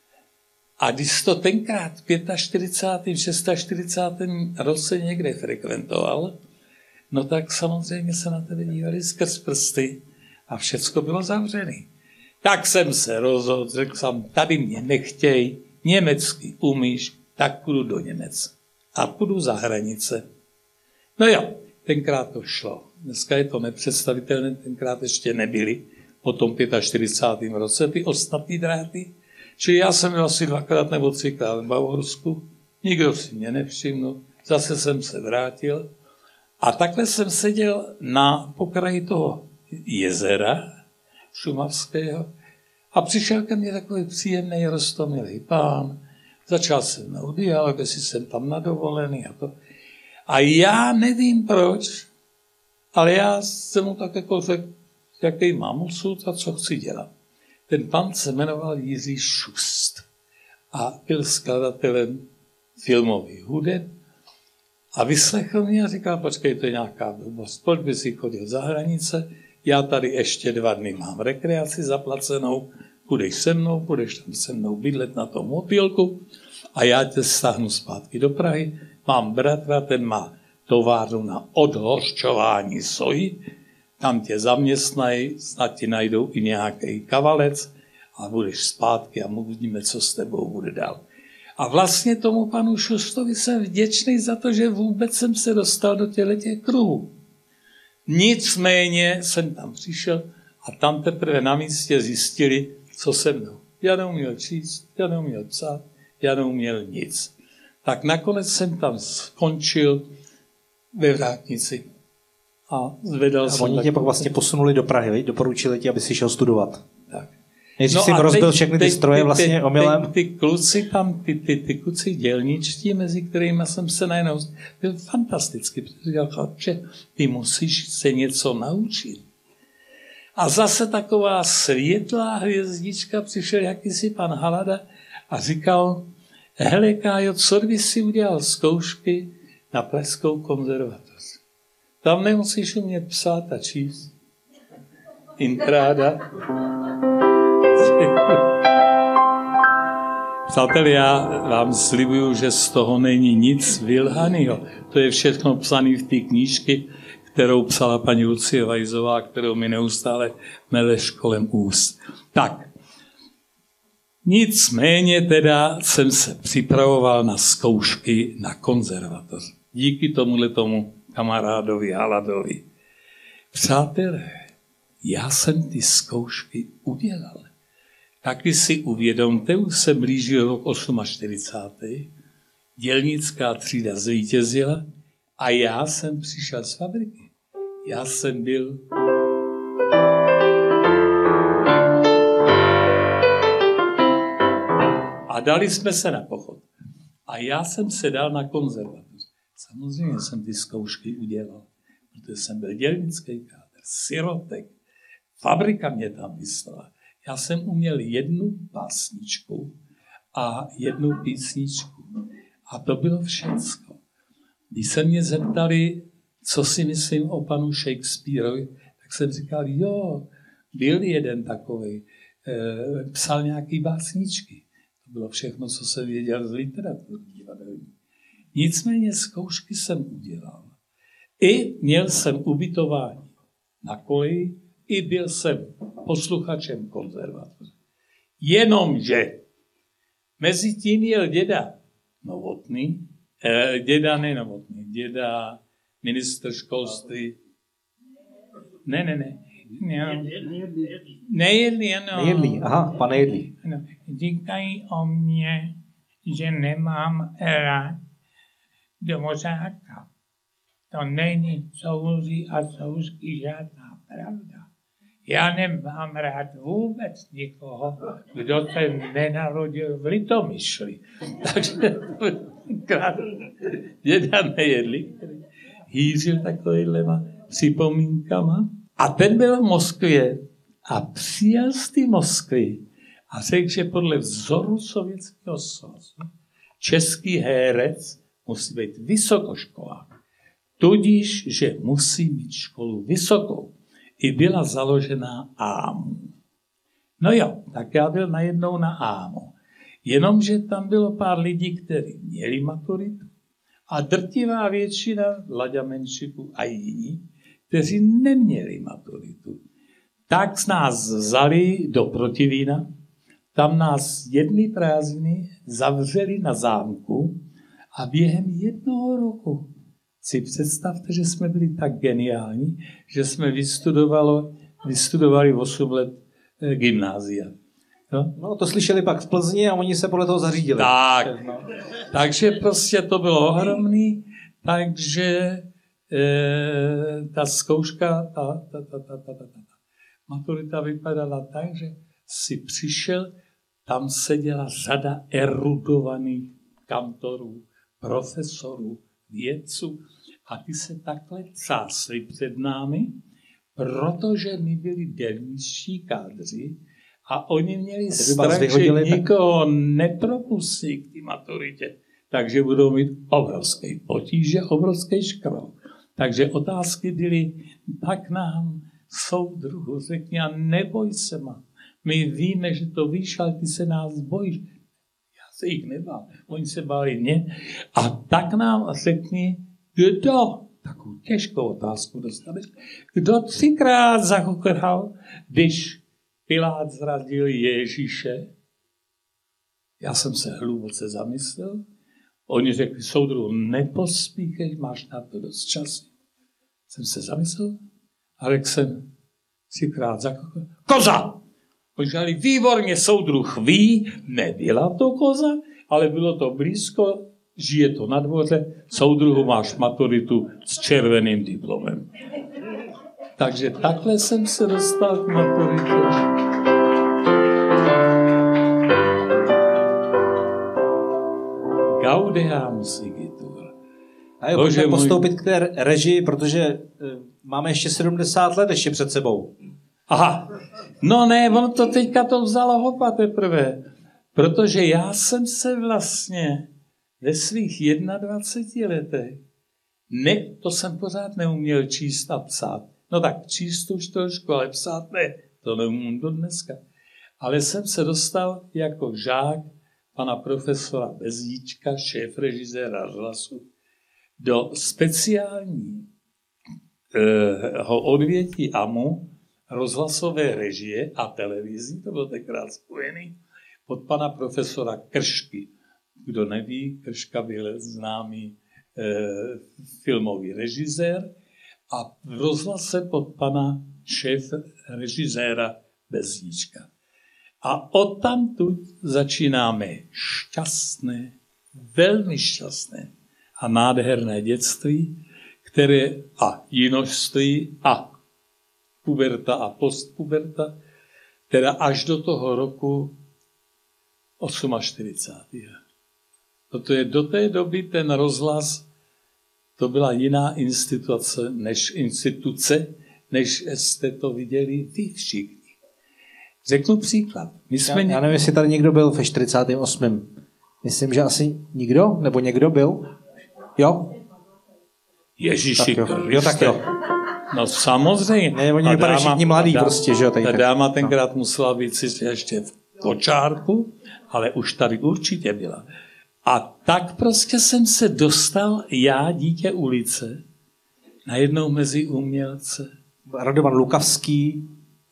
Speaker 10: a když to tenkrát v 45. 46. roce někde frekventoval, no tak samozřejmě se na tebe dívali skrz prsty a všecko bylo zavřené. Tak jsem se rozhodl, řekl jsem, tady mě nechtěj, německy umíš, tak půjdu do Německa. A půjdu za hranice. No jo, tenkrát to šlo. Dneska je to nepředstavitelné, tenkrát ještě nebyly po tom 45. roce ty ostatní dráty. Čili já jsem byl asi 2krát nebo 3krát v Bavorsku, nikdo si mě nevšiml, zase jsem se vrátil a takhle jsem seděl na pokraji toho jezera šumavského a přišel ke mně takový příjemný, roztomilý pán, začal se mnou dialog, jestli jsem tam na dovolený a to. A já nevím proč, ale já jsem mu tak jako řekl, jaký mám osud a co chci dělat. Ten pan se jmenoval Jiří Šust a byl skladatelem filmových hudeb a vyslechl mě a říkal, počkej, to je nějaká blbost, proč by si chodil za hranice, já tady ještě 2 dny mám rekreaci zaplacenou, budeš tam se mnou bydlet na tom motýlku a já tě stáhnu zpátky do Prahy. Mám bratra, ten má továrnu na odhořčování soji, tam tě zaměstnají, snad ti najdou i nějaký kavalec a budeš zpátky a uvidíme, co s tebou bude dál. A vlastně tomu panu Šustovi jsem vděčný za to, že vůbec jsem se dostal do těch kruhů. Nicméně jsem tam přišel a tam teprve na místě zjistili, co se mnou. Já neuměl číst, já neuměl psát, já neuměl nic. Tak nakonec jsem tam skončil ve vrátnici. A zvedal jsem.
Speaker 12: Oni tě pak vlastně posunuli do Prahy, doporučili ti, aby si šel studovat.
Speaker 10: Tak.
Speaker 12: Než jsi rozbil všechny ty stroje vlastně omylem.
Speaker 10: Ty kluci tam, ty kluci dělničtí, mezi kterými jsem se najednou byl fantasticky. Říkal, chlapče, ty musíš se něco naučit. A zase taková světlá hvězdička přišel jakýsi pan Halada a říkal, hele Kájo, co by si udělal zkoušky na Pražskou konzervatoř. Tam nemusíš umět psát a číst. Intráda. Přátelé, já vám slibuju, že z toho není nic vylhanýho. To je všechno psané v té knížky, kterou psala paní Lucie Vajzová, kterou mi neustále meleš kolem úst. Tak, nicméně teda jsem se připravoval na zkoušky na konzervatoř. Díky tomu kamarádovi Haladovi. Přátelé, já jsem ty zkoušky udělal. Taky si uvědomte, už se blížil rok 48. Dělnická třída zvítězila A já jsem přišel z fabriky. Já jsem byl... A dali jsme se na pochod. A já jsem se dal na konzervatoř. Samozřejmě jsem ty zkoušky udělal, protože jsem byl dělnický kádr, sirotek. Fabrika mě tam vyslala. Já jsem uměl 1 básničku a 1 písničku. A to bylo všecko. Když se mě zeptali, co si myslím o panu Shakespeareovi, tak jsem říkal, jo, byl jeden takovej, psal nějaký básničky. To bylo všechno, co jsem věděl z literatury divadelní. Nicméně zkoušky jsem udělal. I měl jsem ubytování na koleji, i byl jsem posluchačem konzervatoře. Jenomže mezi tím jel děda Novotný, děda ministr školství. Nejedlí, ano.
Speaker 12: Nejedlí, aha, pan Nejedlí.
Speaker 3: Říkají o mně, že nemám rád Dvořáka. To není souří a souřky žádná pravda. Já nemám rád vůbec nikoho, kdo se nenarodil v Litomyšli. Takže děda Nejedlí, který hýřil takovýhlema připomínkama. A ten byl v Moskvě a přijel z té Moskvy a řekl, že podle vzoru Sovětského svazu český herec musí být vysokoškolák. Tudíž, že musí mít školu vysokou. I byla založená AMU. No jo, tak já byl najednou na AMU. Jenomže tam bylo pár lidí, kteří měli maturitu a drtivá většina Laďa Menšiků a jiní, kteří neměli maturitu. Tak nás vzali do Protivína, tam nás jedny prázdniny zavřeli na zámku a během 1 roku si představte, že jsme byli tak geniální, že jsme vystudovali 8 let gymnázia.
Speaker 12: No to slyšeli pak v Plzni a oni se podle toho zařídili.
Speaker 10: Tak, no. Takže prostě to bylo ohromný, takže ta zkouška, ta maturita vypadala tak, že si přišel, tam seděla řada erudovaných kantorů, profesorů, vědců a ty se takhle cásli před námi, protože my byli dělničtí kádři a oni měli strach, že nikoho nepropustí k té maturitě, takže budou mít obrovský potíže, obrovský škrol. Takže otázky byly, tak nám soudruhu řekni a neboj se ma. My víme, že to víš, ale ty se nás bojíš. Já se jich nebál, oni se báli mě. A tak nám řekni, kdo, takovou těžkou otázku dostaneš, kdo 3krát zakukrhal, když Pilát zradil Ježíše. Já jsem se hluboce zamyslel. Oni řekli, soudruhu, nepospíchej, máš na to dost času. Jsem se zamyslel a řekl jsem 3krát zakukrhal. Koza! Požádali, výborně, soudruh ví, nebyla to koza, ale bylo to blízko, žije to na dvoře, soudruhu máš maturitu s červeným diplomem. Takže takhle jsem se dostal k maturitě. Gaudeamus igitur.
Speaker 12: A jo, pojďme postoupit k té režii, protože máme ještě 70 let ještě před sebou.
Speaker 10: Aha, no ne, ono to teďka to vzalo hopa teprve, protože já jsem se vlastně ve svých 21 letech, to jsem pořád neuměl číst a psát. No tak číst už trošku, ale psát ne, to neumím do dneska. Ale jsem se dostal jako žák pana profesora Bezdíčka, šéfrežiséra rozhlasu, do speciálního odvětví AMU, rozhlasové režie a televizí, to bylo tenkrát spojený, pod pana profesora Kršky. Kdo neví, Krška byl známý filmový režisér a v rozhlase pod pana šéf režiséra Bezdíčka. A odtamtud začínáme šťastné, velmi šťastné a nádherné dětství,
Speaker 3: které a jinožství a puberta a postpuberta, teda až do toho roku 48. Protože do té doby ten rozhlas, to byla jiná instituce, než jste to viděli vy všichni. Řeknu příklad.
Speaker 12: Já nevím, jestli tady někdo byl ve 48. Myslím, že asi nikdo, nebo někdo byl. Jo?
Speaker 3: Ježíši Kriste.
Speaker 12: Jo, tak jo.
Speaker 3: No samozřejmě.
Speaker 12: Ne, oni vypadají všichni mladí prostě, že jo?
Speaker 3: Ta dáma tenkrát musela být si ještě v kočárku, ale už tady určitě byla. A tak prostě jsem se dostal, já, dítě ulice, najednou mezi umělce.
Speaker 12: Radovan Lukavský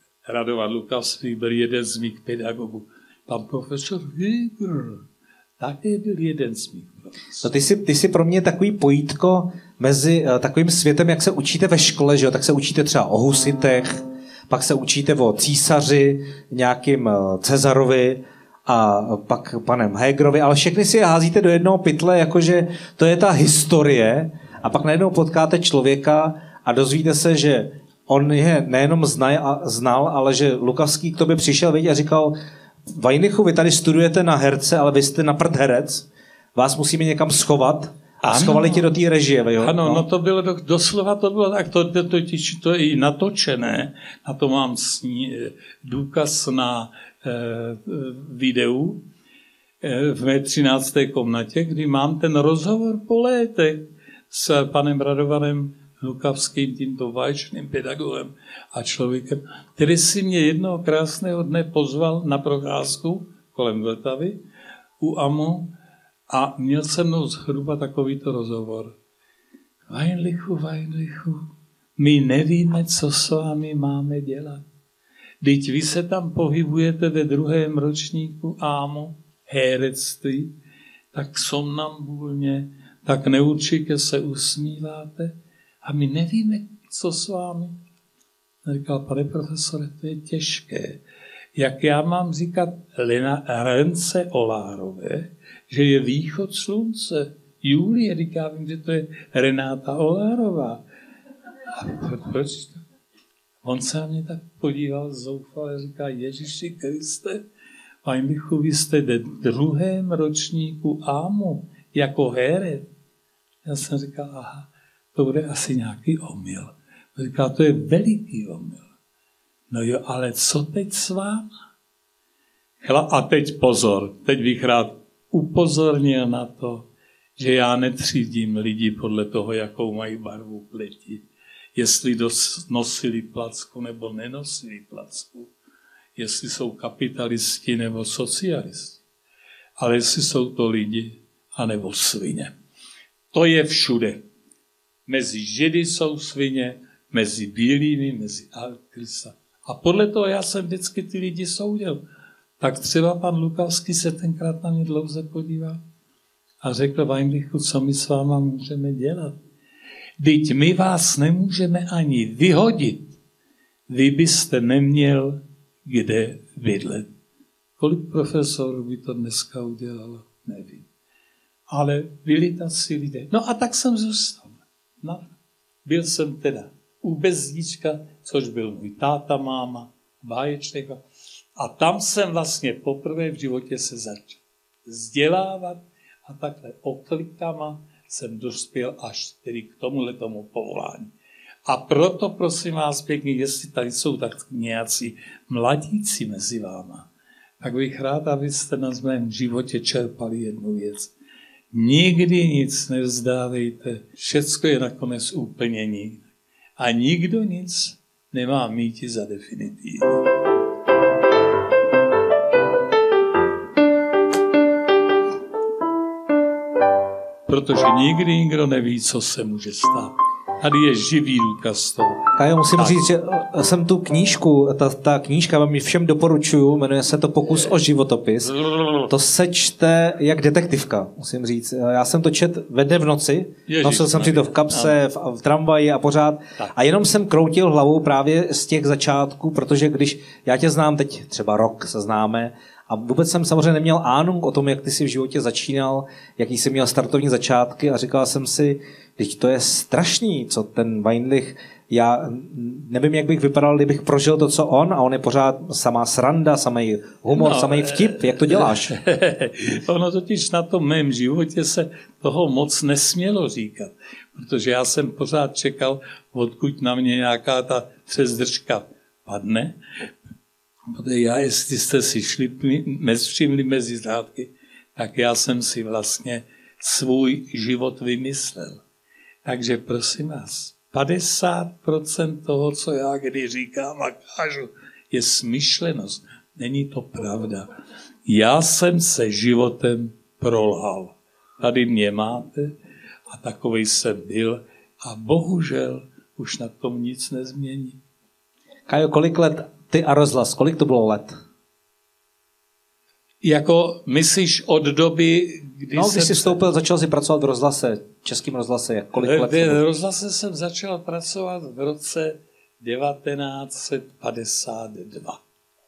Speaker 12: byl jeden z mých pedagogů. Pan profesor Hüger také byl jeden z mých profesorů.
Speaker 1: No ty jsi pro mě takový pojítko mezi takovým světem, jak se učíte ve škole, že jo? Tak se učíte třeba o husitech, pak se učíte o císaři, nějakým Cezarovi a pak panem Hegerovi, ale všechny si je házíte do jednoho pytle, jakože to je ta historie a pak najednou potkáte člověka a dozvíte se, že on je nejenom znal, ale že Lukavský k tobě přišel a říkal: Vajnichu, vy tady studujete na herce, ale vy jste na prd herec, vás musíme někam schovat. A schovali tě do té režie, jo?
Speaker 3: Ano, no to bylo doslova, to bylo tak, to je i natočené, na to mám důkaz na videu v mé 13. komnatě, kdy mám ten rozhovor po létech s panem Radovanem Lukavským, tímto vážným pedagogem a člověkem, který si mě jednoho krásného dne pozval na procházku kolem Vltavy u AMU a měl se mnou zhruba takovýto rozhovor. Weinlichu, my nevíme, co s vámi máme dělat. Vždyť vy se tam pohybujete ve 2. ročníku AMU, herectví, tak somnambulně, tak neurčitě se usmíváte a my nevíme, co s vámi. A říkal: pane profesore, to je těžké. Jak já mám říkat Rence Olárové, že je východ slunce. Julie, říká, vím, že to je Renáta Olárová. A proč to? On se na mě tak podíval zoufale a říká: Ježíši Kriste, Weinlichu, vy jste ve 2. ročníku AMU jako herec. Já jsem říkal: aha, to bude asi nějaký omyl. On říkal: to je veliký omyl. No jo, ale co teď s váma? A teď pozor, teď bych rád upozornil na to, že já netřídím lidi podle toho, jakou mají barvu pleti. Jestli nosili placku nebo nenosili placku. Jestli jsou kapitalisti nebo socialisti. Ale jestli jsou to lidi anebo svině. To je všude. Mezi Židy jsou svině, mezi bílými, mezi Krista. A podle toho já jsem vždycky ty lidi soudil. Tak třeba pan Lukavský se tenkrát na mě dlouze podíval a řekl: Weinlichu, co my s váma můžeme dělat? Vždyť my vás nemůžeme ani vyhodit. Vy byste neměl kde bydlet. Kolik profesorů by to dneska udělalo? Nevím. Ale byli tací lidé. No a tak jsem zůstal. No, byl jsem teda u Bezdíčka, což byl můj táta, máma, báječník. A tam jsem vlastně poprvé v životě se začal vzdělávat a takhle oklikama jsem dospěl až tedy k tomu povolání. A proto prosím vás pěkně, jestli tady jsou tak nějací mladíci mezi váma, tak bych rád, abyste na mém životě čerpali jednu věc. Nikdy nic nevzdávejte, všecko je nakonec úplně jinak. A nikdo nic nemá míti za definitivní. Protože nikdy nikdo neví, co se může stát. Tady je živý důkaz toho.
Speaker 1: Já musím říct, že jsem tu knížku, ta knížka vám ji všem doporučuju, jmenuje se to Pokus o životopis. To se čte jak detektivka, musím říct. Já jsem to čet ve dne v noci, nosil jsem si to v kapse, v tramvaji a pořád. Tak. A jenom jsem kroutil hlavou právě z těch začátků, protože když já tě znám teď třeba rok, se známe, A vůbec jsem samozřejmě neměl ánung o tom, jak ty jsi v životě začínal, jaký jsi měl startovní začátky a říkal jsem si, teď to je strašný, co ten Weinlich, já nevím, jak bych vypadal, kdybych prožil to, co on, a on je pořád samá sranda, samý humor, samý vtip. Jak to děláš?
Speaker 3: Ono totiž na tom mém životě se toho moc nesmělo říkat, protože já jsem pořád čekal, odkud na mě nějaká ta přezdržka padne. Protože já, jestli jste si všimli mezi řádky, tak já jsem si vlastně svůj život vymyslel. Takže prosím vás, 50% toho, co já kdy říkám a kážu, je smyšlenost. Není to pravda. Já jsem se životem prolhal. Tady mě máte a takovej jsem byl a bohužel už na tom nic nezmění.
Speaker 1: Kajo, kolik let ty a rozhlas, kolik to bylo let?
Speaker 3: Jako myslíš od doby, kdy
Speaker 1: když jsi vstoupil, začal jsi pracovat v rozhlase, českým rozhlase, kolik let?
Speaker 3: V rozhlase jsem začal pracovat v roce 1952.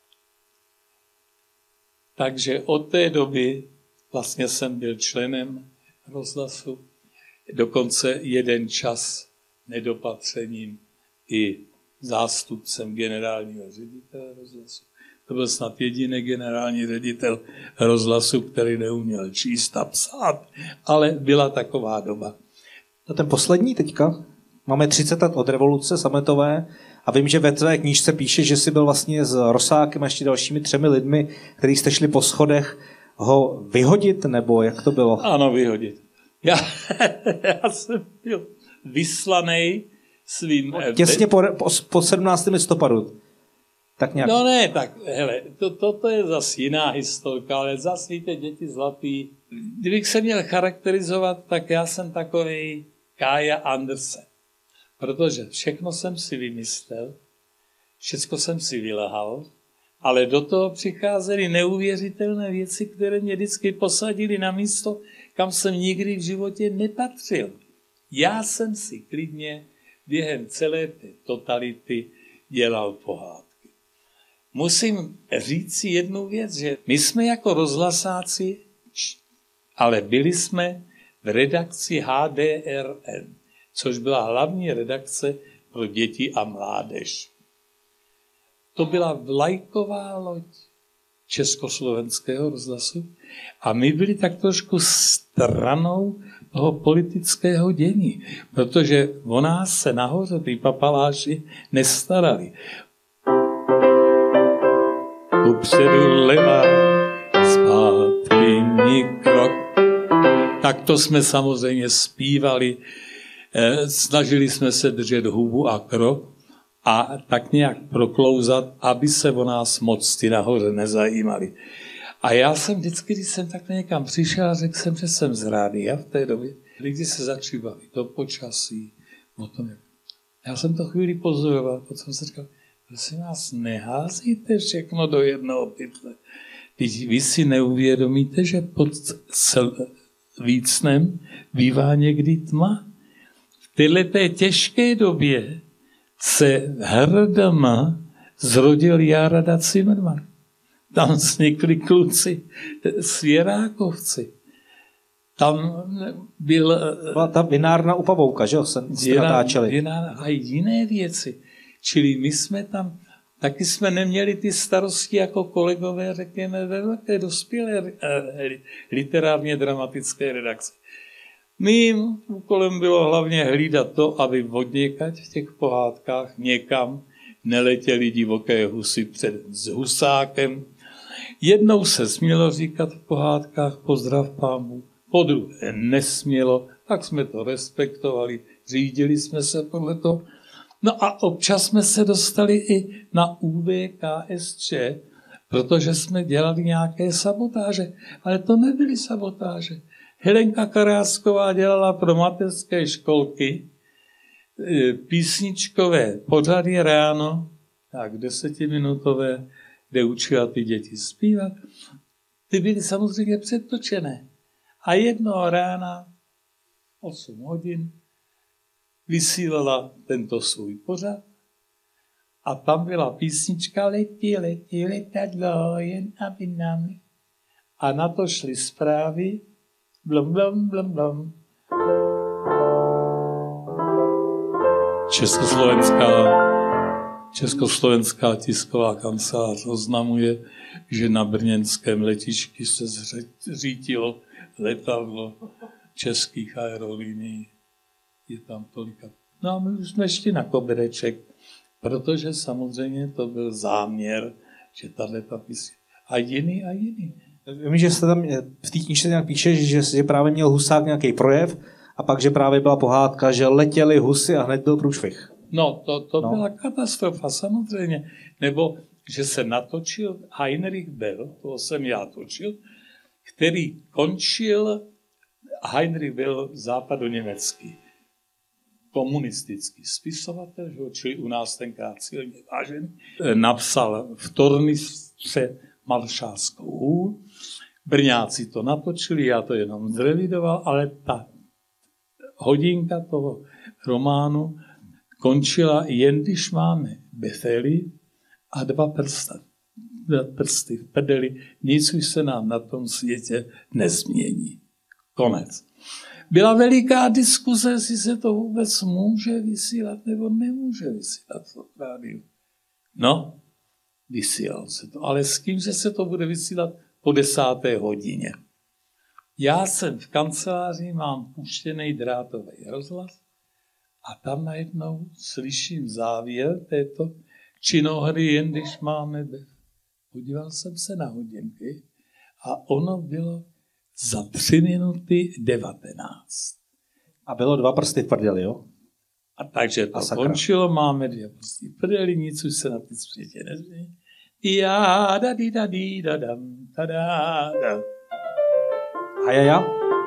Speaker 3: Takže od té doby vlastně jsem byl členem rozhlasu, dokonce jeden čas nedopatřením i zástupcem generálního ředitele rozhlasu. To byl snad jediný generální ředitel rozhlasu, který neuměl číst a psát, ale byla taková doba.
Speaker 1: No ten poslední teďka, máme 30 let od revoluce sametové a vím, že ve tvé knížce píše, že jsi byl vlastně s Rosákem a ještě dalšími 3 lidmi, kteří jste šli po schodech, ho vyhodit, nebo jak to bylo?
Speaker 3: Ano, vyhodit. Já jsem byl vyslaný svým...
Speaker 1: Těsně po 17. listopadu. Tak nějak...
Speaker 3: No ne, tak hele, toto je zase jiná historka, ale zase víte, děti zlatý. Kdybych se měl charakterizovat, tak já jsem takovej Kája Andersen. Protože všechno jsem si vymyslel, všechno jsem si vylehal, ale do toho přicházely neuvěřitelné věci, které mě vždycky posadily na místo, kam jsem nikdy v životě nepatřil. Já jsem si klidně během celé té totality dělal pohádky. Musím říct si jednu věc, že my jsme jako rozhlasáci, ale byli jsme v redakci HDRN, což byla hlavní redakce pro děti a mládež. To byla vlajková loď československého rozhlasu a my byli tak trošku stranou toho politického dění, protože o nás se nahoře ty papaláši nestarali. Upředu levá, zpátky krok. Tak to jsme samozřejmě zpívali, snažili jsme se držet hubu a krok a tak nějak proklouzat, aby se o nás moc ty nahoře nezajímali. A já jsem vždycky, když jsem takhle někam přišel a řekl jsem, že jsem z rádia v té době, lidi se začali bavit o počasí, o tom, jak... Já jsem to chvíli pozoroval, potom jsem říkal, prosím vás, neházíte všechno do jednoho pytle. Vy si neuvědomíte, že pod vícnem bývá někdy tma. V této těžké době se hrdama zrodil Járada Cimrman. Tam vznikli kluci, svěrákovci. Tam
Speaker 1: byla ta vinárna u Pavouka, že jo? Jste natáčeli.
Speaker 3: A jiné věci. Čili my jsme tam, taky jsme neměli ty starosti jako kolegové, řekněme, ve velké dospělé literárně dramatické redakci. Mým úkolem bylo hlavně hlídat to, aby odněkať v těch pohádkách někam neletěli divoké husy s husákem. Jednou se smělo říkat v pohádkách pozdrav pámu, podruhé nesmělo, tak jsme to respektovali, řídili jsme se podle toho. No a občas jsme se dostali i na UVKSČ, protože jsme dělali nějaké sabotáže, ale to nebyly sabotáže. Helenka Karásková dělala pro mateřské školky písničkové pořady ráno, tak 10minutové, kde učila ty děti zpívat. Ty byly samozřejmě předtočené. A jednoho rána, 8 hodin, vysílala tento svůj pořad A tam byla písnička Letí, letí letadlo, jen aby nám... A na to šly zprávy, blom, blom, blom, blom. Československá tisková kancelář oznamuje, že na brněnském letišti se zřítilo letadlo českých aerolínií. Je tam tolika. No a my už jsme šli na kobereček, protože samozřejmě to byl záměr, že tato písně. A jiný.
Speaker 1: Vím, že jste tam v té knížce nějak píše, že právě měl Husák nějaký projev a pak, že právě byla pohádka, že letěli husy a hned byl průšvih.
Speaker 3: No, to byla katastrofa samozřejmě. Nebo, že se natočil Heinrich Böll, toho jsem já točil, který končil, Heinrich Böll západoněmecký, komunistický spisovatel, čili u nás tenkrát silně vážený, napsal v Tornisce Maršálskou hůl. Brňáci to natočili, já to jenom zrevidoval, ale ta hodinka toho románu končila jen když máme Bethely a dva prsty v prdeli, nic už se nám na tom světě nezmění. Konec. Byla veliká diskuze, jestli se to vůbec může vysílat nebo nemůže vysílat v rádiu. No, vysílal se to. Ale s kým, že se to bude vysílat po 10. hodině. Já jsem v kanceláři, mám puštěný drátový rozhlas a tam najednou slyším závěr této činohry, jen když máme... Podíval jsem se na hodinky a ono bylo za 3 minuty 19.
Speaker 1: A bylo 2 prsty v prdeli, jo?
Speaker 3: A takže to končilo, máme 2 prsty v prdeli, nic už se na té světě nezmění. Já da di da di da dam da da da.
Speaker 1: A já?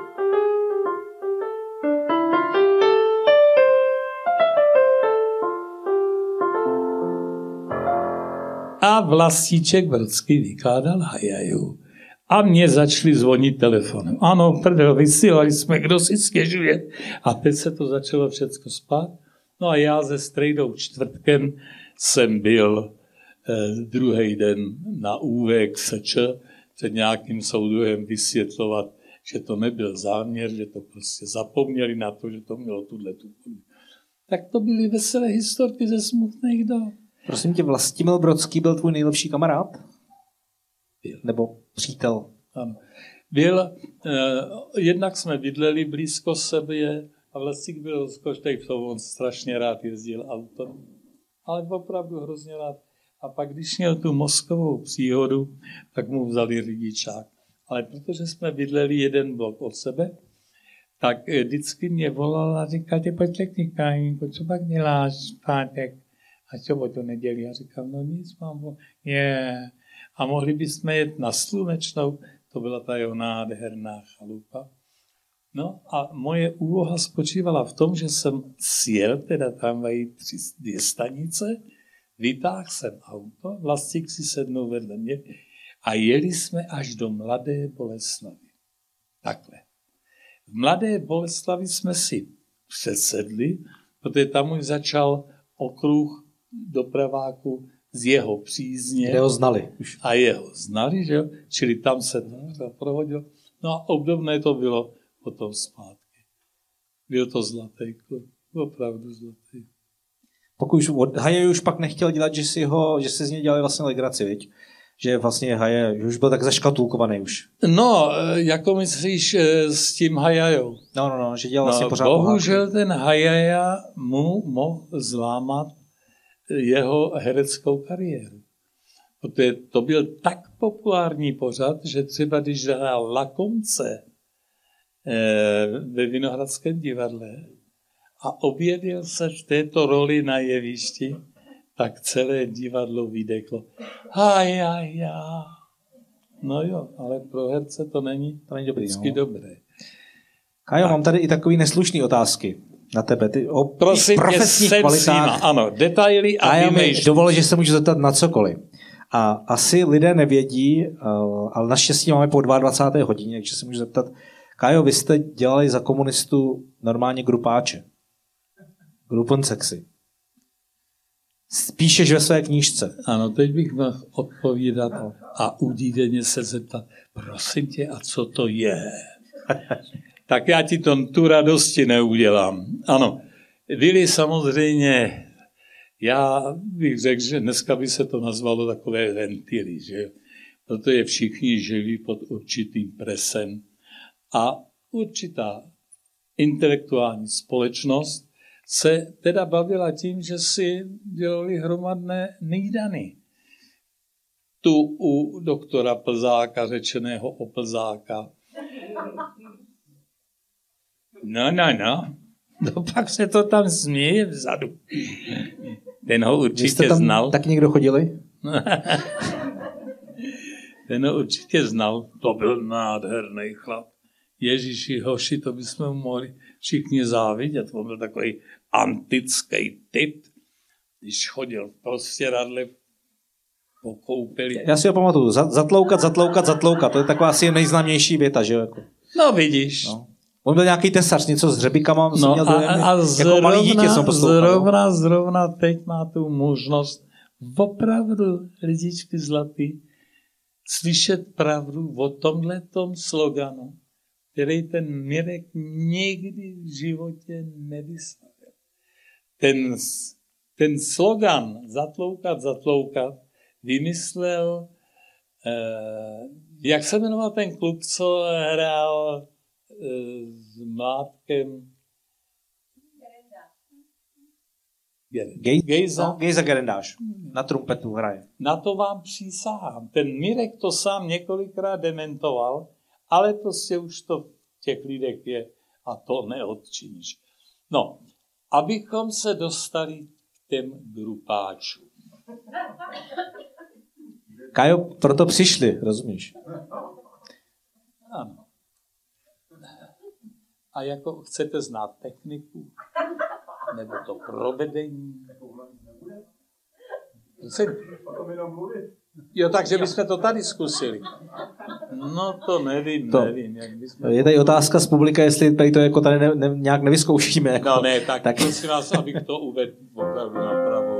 Speaker 3: A Vlastíček Brdský vykládal hajaju. A mě začali zvonit telefonem. Ano, prdel, vysílali jsme, kdo si stěžuje. A teď se to začalo všecko spát. No a já se Strejdou Čtvrtkem jsem byl druhý den na ÚVXČ před nějakým soudruhem vysvětlovat, že to nebyl záměr, že to prostě zapomněli na to, že to mělo tu podobu. Tak to byly veselé historky ze smutných dob.
Speaker 1: Prosím tě, Vlastimil Brodský byl tvůj nejlepší kamarád?
Speaker 3: Byl.
Speaker 1: Nebo přítel?
Speaker 3: Ano. Byl, jednak jsme bydleli blízko sebe a Vlastík byl rozkoštej v tom, on strašně rád jezdil autem, ale opravdu hrozně rád. A pak, když měl tu mozkovou příhodu, tak mu vzali řidičák. Ale protože jsme bydleli jeden blok od sebe, tak vždycky mě volala a říkal, ty pojď k Nikájínku, co pak děláš v pátek? A čo to neděli? Já říkám, no nic, mám. A mohli bychom jet na Slunečnou, to byla ta jeho nádherná chalupa. No a moje úloha spočívala v tom, že jsem sjel, teda tam mají 2 stanice, vytáhl jsem auto, Vlastík si sednul vedle mě a jeli jsme až do Mladé Boleslavi. Takhle. V Mladé Boleslavi jsme si přesedli, protože tam už začal okruh dopraváku z jeho přízně.
Speaker 1: Kde ho znali.
Speaker 3: A jeho znali, že jo? Čili tam se to prohodilo. No a obdobné to bylo potom zpátky. Byl to zlatý klub. Opravdu zlatý.
Speaker 1: Pokud už od Haje už pak nechtěl dělat, že si z něj dělali vlastně legraci, viď? Že vlastně Haje už byl tak zaškatulkovaný už.
Speaker 3: No, jako myslíš s tím Hajajou?
Speaker 1: No, že dělal vlastně pořád
Speaker 3: bohužel
Speaker 1: pohádky.
Speaker 3: Ten Hajaja mu mohl zlámat jeho hereckou kariéru. Protože to byl tak populární pořad, že třeba když hrál Lakomce ve Vinohradském divadle a objevil se v této roli na jevišti, tak celé divadlo vydeklo. Hajaja. No jo, ale pro herce to není
Speaker 1: dobrý,
Speaker 3: vždycky dobré.
Speaker 1: Kájo, mám tady i takový neslušný otázky na tebe. Ty o
Speaker 3: prosím
Speaker 1: profesních kvalitách.
Speaker 3: Ano, detaily a
Speaker 1: Kájo mi dovol, že se můžu zeptat na cokoliv. A asi lidé nevědí, ale naštěstí máme po 22. hodině, takže se můžu zeptat. Kájo, vy jste dělali za komunistů normálně grupáče. Gruppen sexy. píšeš ve své knížce.
Speaker 3: Ano, teď bych mohl odpovídat a udíleně se zeptat, prosím tě, a co to je? Tak já ti tu radosti neudělám. Ano, byli samozřejmě, já bych řekl, že dneska by se to nazvalo takové ventily, že? Protože všichni žili pod určitým presem a určitá intelektuální společnost se teda bavila tím, že si dělali hromadné nejdany. Tu u doktora Plzáka, řečeného o Plzáka. No pak se to tam směje vzadu. Ten ho určitě
Speaker 1: tam
Speaker 3: znal.
Speaker 1: Tak někdo chodili?
Speaker 3: Ten ho určitě znal. To byl nádherný chlap. Ježíši, hoši, to bychom mu mohli všichni závidět. On byl takový antický typ, když chodil v prostěradle po koupeli.
Speaker 1: Já si ho pamatuju. Zatloukat. To je taková asi nejznámější věta, že jo? Jako.
Speaker 3: No vidíš.
Speaker 1: No. On byl nějaký tesař, něco s hřebikama.
Speaker 3: No
Speaker 1: jako malý dítě jsem poslouchal.
Speaker 3: Zrovna teď má tu možnost opravdu, lidičky zlatý, slyšet pravdu o tomhletom sloganu, který ten Mirek nikdy v životě nevyslavil. Ten slogan zatloukat vymyslel, jak se jmenoval ten kluk, co hrál s Mládkem?
Speaker 1: Gejza Gerendáš. Na trumpetu hraje.
Speaker 3: Na to vám přísahám. Ten Mirek to sám několikrát dementoval, ale prostě už to v těch lidech je a to neodčiníš. No, abychom se dostali k těm grupáčům.
Speaker 1: Kajo, proto přišli, rozumíš?
Speaker 3: Ano. A jako chcete znát techniku? Nebo to provedení? Jo, takže bychom to tady zkusili. No to nevím. Jak bychom...
Speaker 1: Je tady otázka z publika, jestli tady to jako tady nějak nevyzkoušíme. Jako.
Speaker 3: No ne, tak prosím vás, abych to uvedl opravdu na pravou.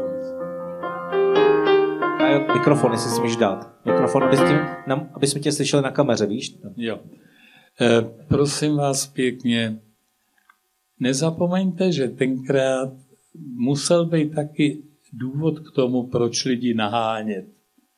Speaker 1: Mikrofon, jestli si můžeš dát. Mikrofon, aby jsme tě slyšeli na kameře, víš?
Speaker 3: Jo. Prosím vás pěkně, nezapomeňte, že tenkrát musel být taky důvod k tomu, proč lidi nahánět.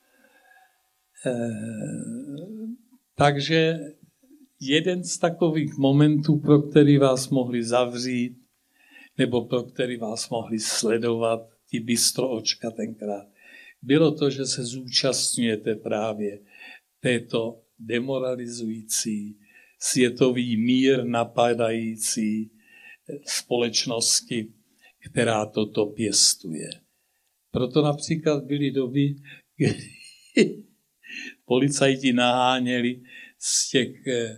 Speaker 3: Takže jeden z takových momentů, pro který vás mohli zavřít, nebo pro který vás mohli sledovat ti bystroočka tenkrát, bylo to, že se zúčastňujete právě této demoralizující, světový mír napadající společnosti, která toto pěstuje. Proto například byly doby, kdy policajti naháněli z těch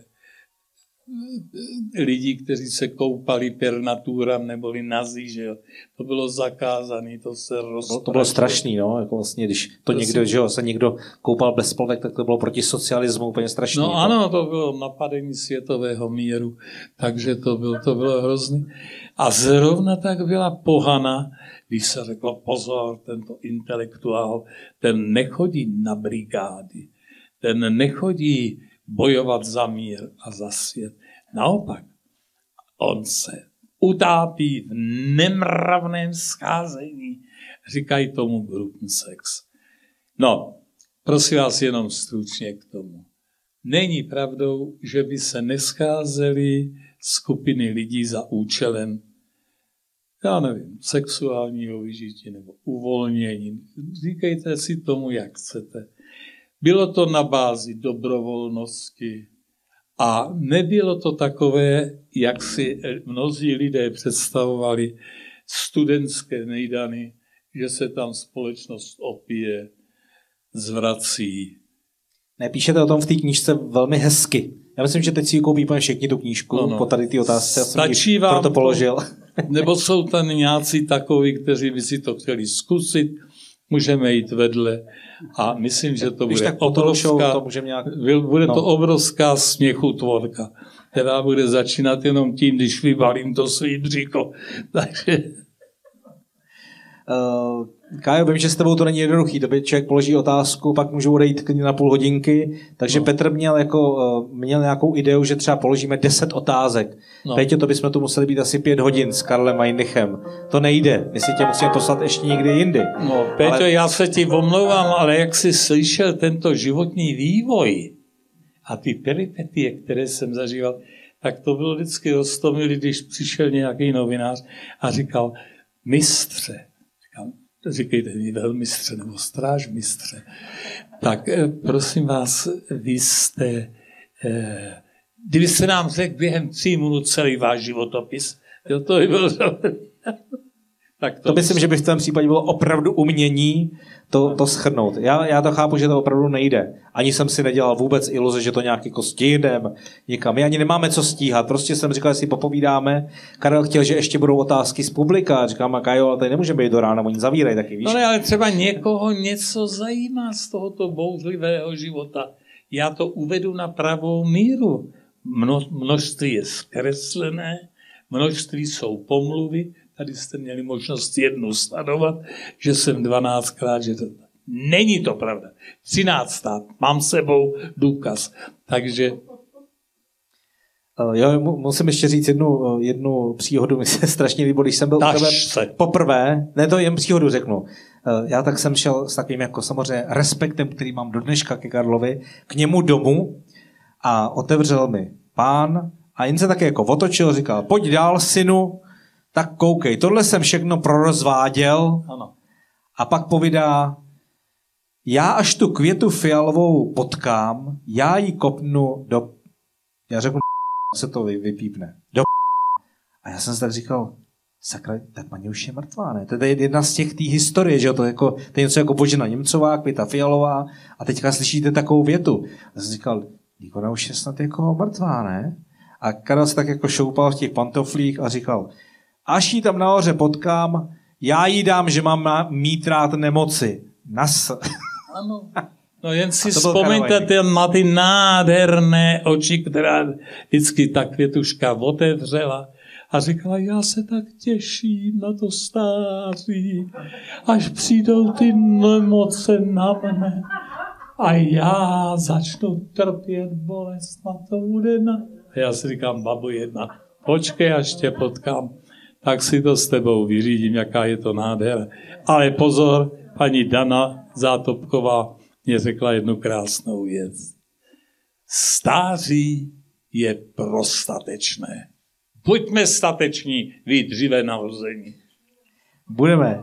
Speaker 3: lidí, kteří se koupali per naturam neboli nazí, že jo. To bylo zakázané, to se rozprašilo.
Speaker 1: To bylo strašný, no, jako vlastně, když to někdo, že jo, se někdo koupal bez splavek, tak to bylo proti socialismu úplně strašný.
Speaker 3: No ano, to bylo napadení světového míru, takže to bylo hrozný. A zrovna tak byla pohana, když se řeklo, pozor, tento intelektuál, ten nechodí na brigády, ten nechodí bojovat za mír a za svět. Naopak, on se utápí v nemravném scházení. Říkají tomu gruppensex. No, prosím vás jenom stručně k tomu. Není pravdou, že by se nescházely skupiny lidí za účelem, já nevím, sexuálního vyžití nebo uvolnění. Říkejte si tomu, jak chcete. Bylo to na bázi dobrovolnosti a nebylo to takové, jak si mnozí lidé představovali, studentské nejdany, že se tam společnost opije, zvrací.
Speaker 1: Nepíšete o tom v té knížce velmi hezky. Já myslím, že teď si ji koupí všichni tu knížku, po tady ty otázce.
Speaker 3: Stačí vám
Speaker 1: proto položil.
Speaker 3: Nebo jsou tam nějací takoví, kteří by si to chtěli zkusit, můžeme jít vedle a myslím, že to bude obrovská směchutvorka, která bude začínat jenom tím, když vybalím to svý bříko. Takže...
Speaker 1: Kájo, vím, že s tebou to není jednoduchý, tobě člověk položí otázku, pak můžou odejít klidně na půl hodinky, takže Petr měl nějakou ideu, že třeba položíme 10 otázek. Péťo, to bychom tu museli být asi 5 hodin s Karlem Weindlichem. To nejde, my si tě musíme poslat ještě někdy jindy.
Speaker 3: No, Péťo, já se ti omlouvám, ale jak jsi slyšel tento životní vývoj a ty peripetie, které jsem zažíval, tak to bylo vždycky roztomilý, když přišel nějaký novinář a říkal, mistře, říkejte mi velmistře nebo strážmistře, tak prosím vás, vy jste, kdybyste nám řekl během 3 minut celý váš životopis, jo, to by bylo dobré. Tak
Speaker 1: to myslím, že by v tom případě bylo opravdu umění to shrnout. Já to chápu, že to opravdu nejde. Ani jsem si nedělal vůbec iluze, že to nějak jako stihneme někam. My ani nemáme co stíhat. Prostě jsem říkal, že si popovídáme. Karel chtěl, že ještě budou otázky z publika. Říkám, a Kajo, ale tady nemůžeme být do rána, oni zavírají taky, víš.
Speaker 3: No ne, ale třeba někoho něco zajímá z tohoto bouřlivého života. Já to uvedu na pravou míru. Množství je zkreslené, množství jsou pomluvy. Tady jste měli možnost jednu sledovat, že jsem 12krát, že to není to pravda. 13. Mám sebou důkaz. Takže...
Speaker 1: Jo, musím ještě říct jednu příhodu. Mi se strašně líbilo, když jsem byl poprvé. Ne, to jen příhodu řeknu. Já tak jsem šel s takovým jako samozřejmě respektem, který mám do dneška ke Karlovi, k němu domů a otevřel mi pán a jen se taky jako otočil, říkal, pojď dál, synu, tak koukej, tohle jsem všechno prorozváděl.
Speaker 3: Ano.
Speaker 1: A pak povídá, já až tu květu fialovou potkám, já ji kopnu do... Já řeknu, se to vypípne. Do... A já jsem si tak říkal, sakra, ta paní už je mrtvá, ne? To je jedna z těch té historie, že jo? To je něco jako Božena Němcová, Květa Fialová a teďka slyšíte takovou větu. A jsem říkal, ona už je snad jako mrtvá, ne? A Karel se tak jako šoupal v těch pantoflích a říkal, až ji tam nahoře potkám, já jí dám, že mám mít rád nemoci.
Speaker 3: Ano. No jen si vzpomeňte na ty nádherné oči, která vždycky ta květuška otevřela a říkala, já se tak těším na to stáří, až přijdou ty nemoce na mne a já začnu trpět bolest, a to bude na... A já si říkám, babo jedna, počkej, až tě potkám, tak si to s tebou vyřídím, jaká je to nádhera. Ale pozor, paní Dana Zátopková mě řekla jednu krásnou věc. Stáří je prostatečné. Buďme stateční, vy dříve narození.
Speaker 1: Budeme.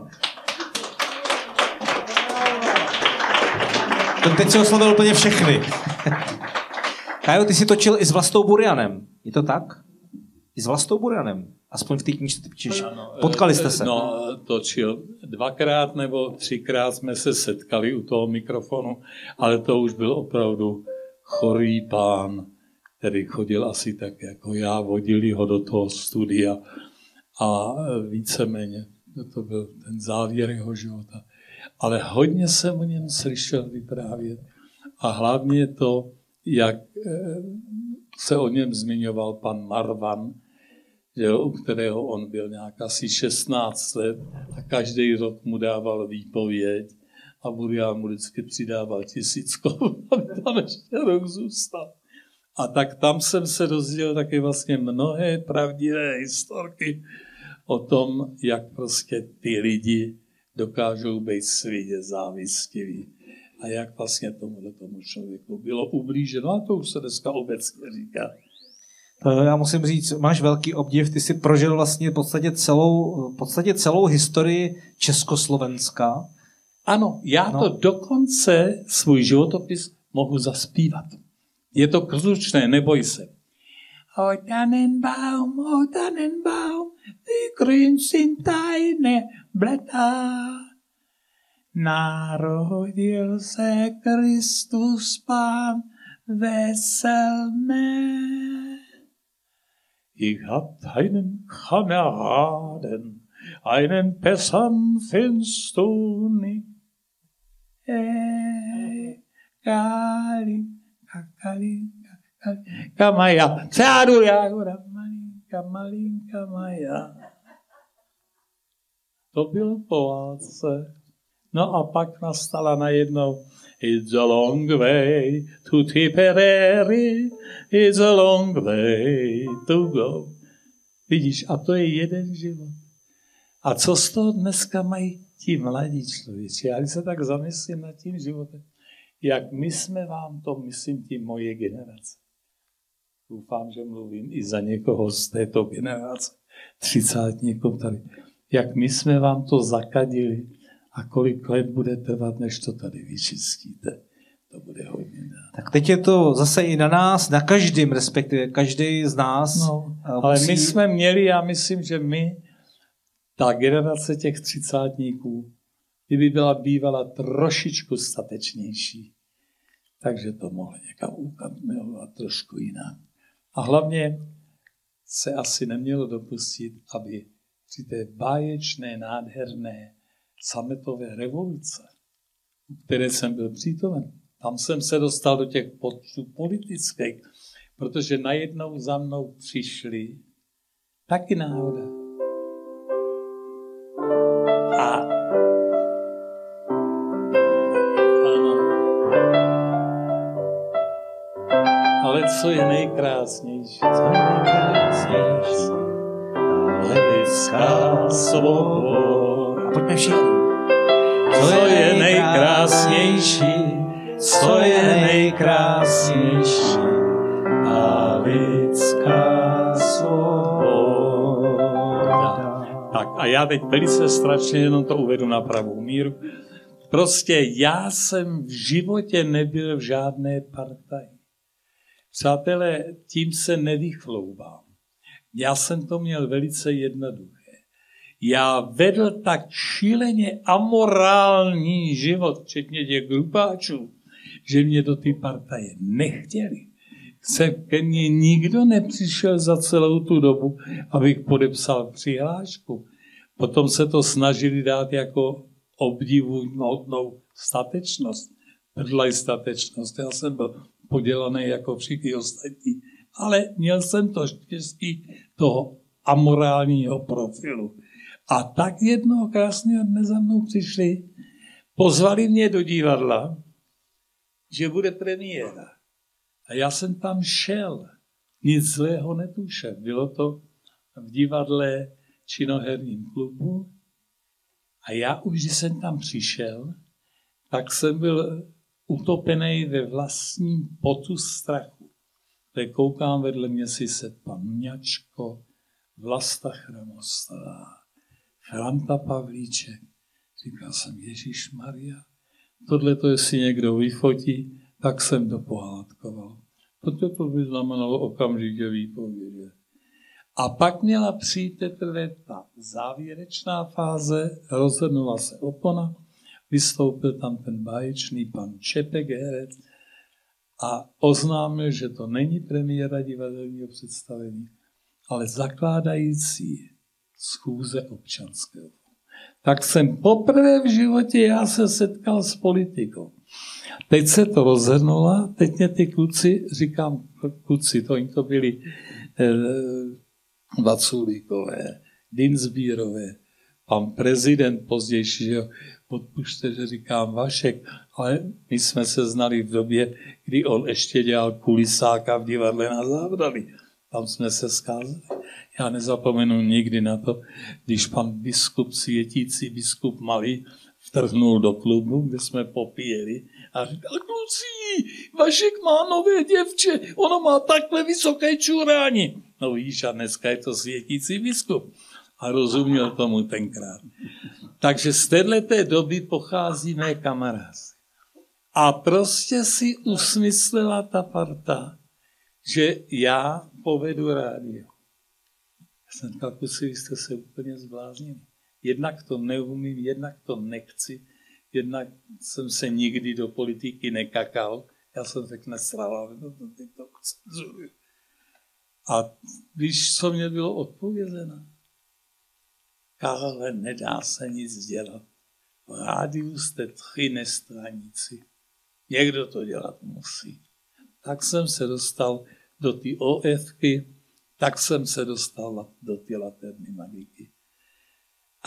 Speaker 1: Teď si oslovil úplně všechny. Kajo, ty jsi točil i s Vlastou Burianem. Je to tak? I s Vlastou Burianem. Aspoň v té knížce ty píšeš. Potkali jste se?
Speaker 3: No, točil 2krát nebo 3krát jsme se setkali u toho mikrofonu, ale to už byl opravdu chorý pán, který chodil asi tak jako já, vodili ho do toho studia a víceméně to byl ten závěr jeho života. Ale hodně jsem o něm slyšel vyprávět a hlavně to, jak se o něm zmiňoval pan Marvan, u kterého on byl nějak asi 16 let a každý rok mu dával výpověď a Burian mu vždycky přidával 1000 korun, aby tam ještě rok zůstal. A tak tam jsem se dozvěděl taky vlastně mnohé pravdivé historky o tom, jak prostě ty lidi dokážou být světě závistiví a jak vlastně tomu člověku bylo ublíženo. A to už se dneska obecně říká.
Speaker 1: Já musím říct, máš velký obdiv, ty jsi prožil vlastně v podstatě celou historii Československa.
Speaker 3: Ano, já to dokonce svůj životopis mohu zaspívat. Je to kručné, neboj se. O Tannenbaum, die grün sind deine Blätter. Narodil se Kristus Pán veselme. Ich hab einen Kameraden, einen bessern findest du nicht. Kalinka Maja, malinka Maja. To bylo po válce. No a pak nastala najednou It's a long way to Tipperary, it's a long way to go. Vidíš, a to je jeden život. A co z toho dneska mají ti mladí člověci? Já když se tak zamyslím nad tím životem, jak my jsme vám to, myslím tím moje generace. Doufám, že mluvím i za někoho z této generace, 30níků tady. Jak my jsme vám to zakadili a kolik let bude trvat, než to tady vyčistíte. To bude hodně dát.
Speaker 1: Tak teď je to zase i na nás, na každém, respektive každý z nás.
Speaker 3: No, ale my jsme měli, já myslím, že my, ta generace těch 30níků, kdyby byla bývala trošičku statečnější, takže to mohlo někam ukamilovat trošku jinak. A hlavně se asi nemělo dopustit, aby při té báječné, nádherné sametové revoluce, u které jsem byl přítomen, tam jsem se dostal do těch počtů politických, protože najednou za mnou přišli taky náhoda. Ale co je nejkrásnější? Co je nejkrásnější? Lidská svoboda.
Speaker 1: A pojďme všichni.
Speaker 3: Co je nejkrásnější? Co je nejkrásnější? A lidská svoboda. Tak a já teď velice strašně jenom to uvedu na pravou míru. Prostě já jsem v životě nebyl v žádné partaji. Přátelé, tím se nevychloubám. Já jsem to měl velice jednoduché. Já vedl tak šíleně amorální život, včetně těch grupáčů, že mě do ty partaje nechtěli. Se ke mně nikdo nepřišel za celou tu dobu, abych podepsal přihlášku. Potom se to snažili dát jako obdivuhodnou statečnost. Prdlaj statečnost. Já jsem byl podělaný jako všichni ostatní. Ale měl jsem to štěstí toho amorálního profilu. A tak jednoho krásného dne za mnou přišli, pozvali mě do divadla, že bude premiéra. A já jsem tam šel. Nic zlého netušel. Bylo to v divadle Činoherním klubu. A já už, když jsem tam přišel, tak jsem byl utopený ve vlastním potu strachu. Teď koukám, vedle mě si sedl pan Mňačko, Vlasta Chramostová, Franta Pavlíček. Říkal jsem, Ježišmarja, tohleto jestli někdo vyfotí, tak jsem to pohádkoval. Protože to by znamenalo okamžitě výpověď. A pak měla přijít teprve ta závěrečná fáze, rozhodnula se opona, vystoupil tam ten báječný pan Čepek, herec, a oznámil, že to není premiéra divadelního představení, ale zakládající schůze občanského. Tak jsem poprvé v životě já se setkal s politikou. Teď se to rozhrnulo, teď mě ty kluci, říkám kluci, to byli Vaculíkové, Dinsbírové, pan prezident pozdější, že odpušte, že říkám Vašek, ale my jsme se znali v době, kdy on ještě dělal kulisáka v divadle na Zábradlí. Tam jsme se skázali. Já nezapomenu nikdy na to, když pan biskup, světící biskup Malý, vtrhnul do klubu, kde jsme popíjeli a říkal, kluci, Vašek má nové děvče, ono má takhle vysoké čurání. No víš, a dneska je to světící biskup. A rozuměl tomu tenkrát. Takže z téhleté doby pochází mé kamarády. A prostě si usmyslela ta parta, že já povedu rádio. Já jsem říkal, kluci, vy jste se úplně zbláznili. Jednak to neumím, jednak to nechci, jednak jsem se nikdy do politiky nekakal. Já jsem řekl, nesrával, to cenzuruju. A víš, co mě bylo odpovězeno? Karle, nedá se nic dělat. V rádiu jste 3 nestraníci. Někdo to dělat musí. Tak jsem se dostal do té OFky, tak jsem se dostal do té Laterny Magiky. A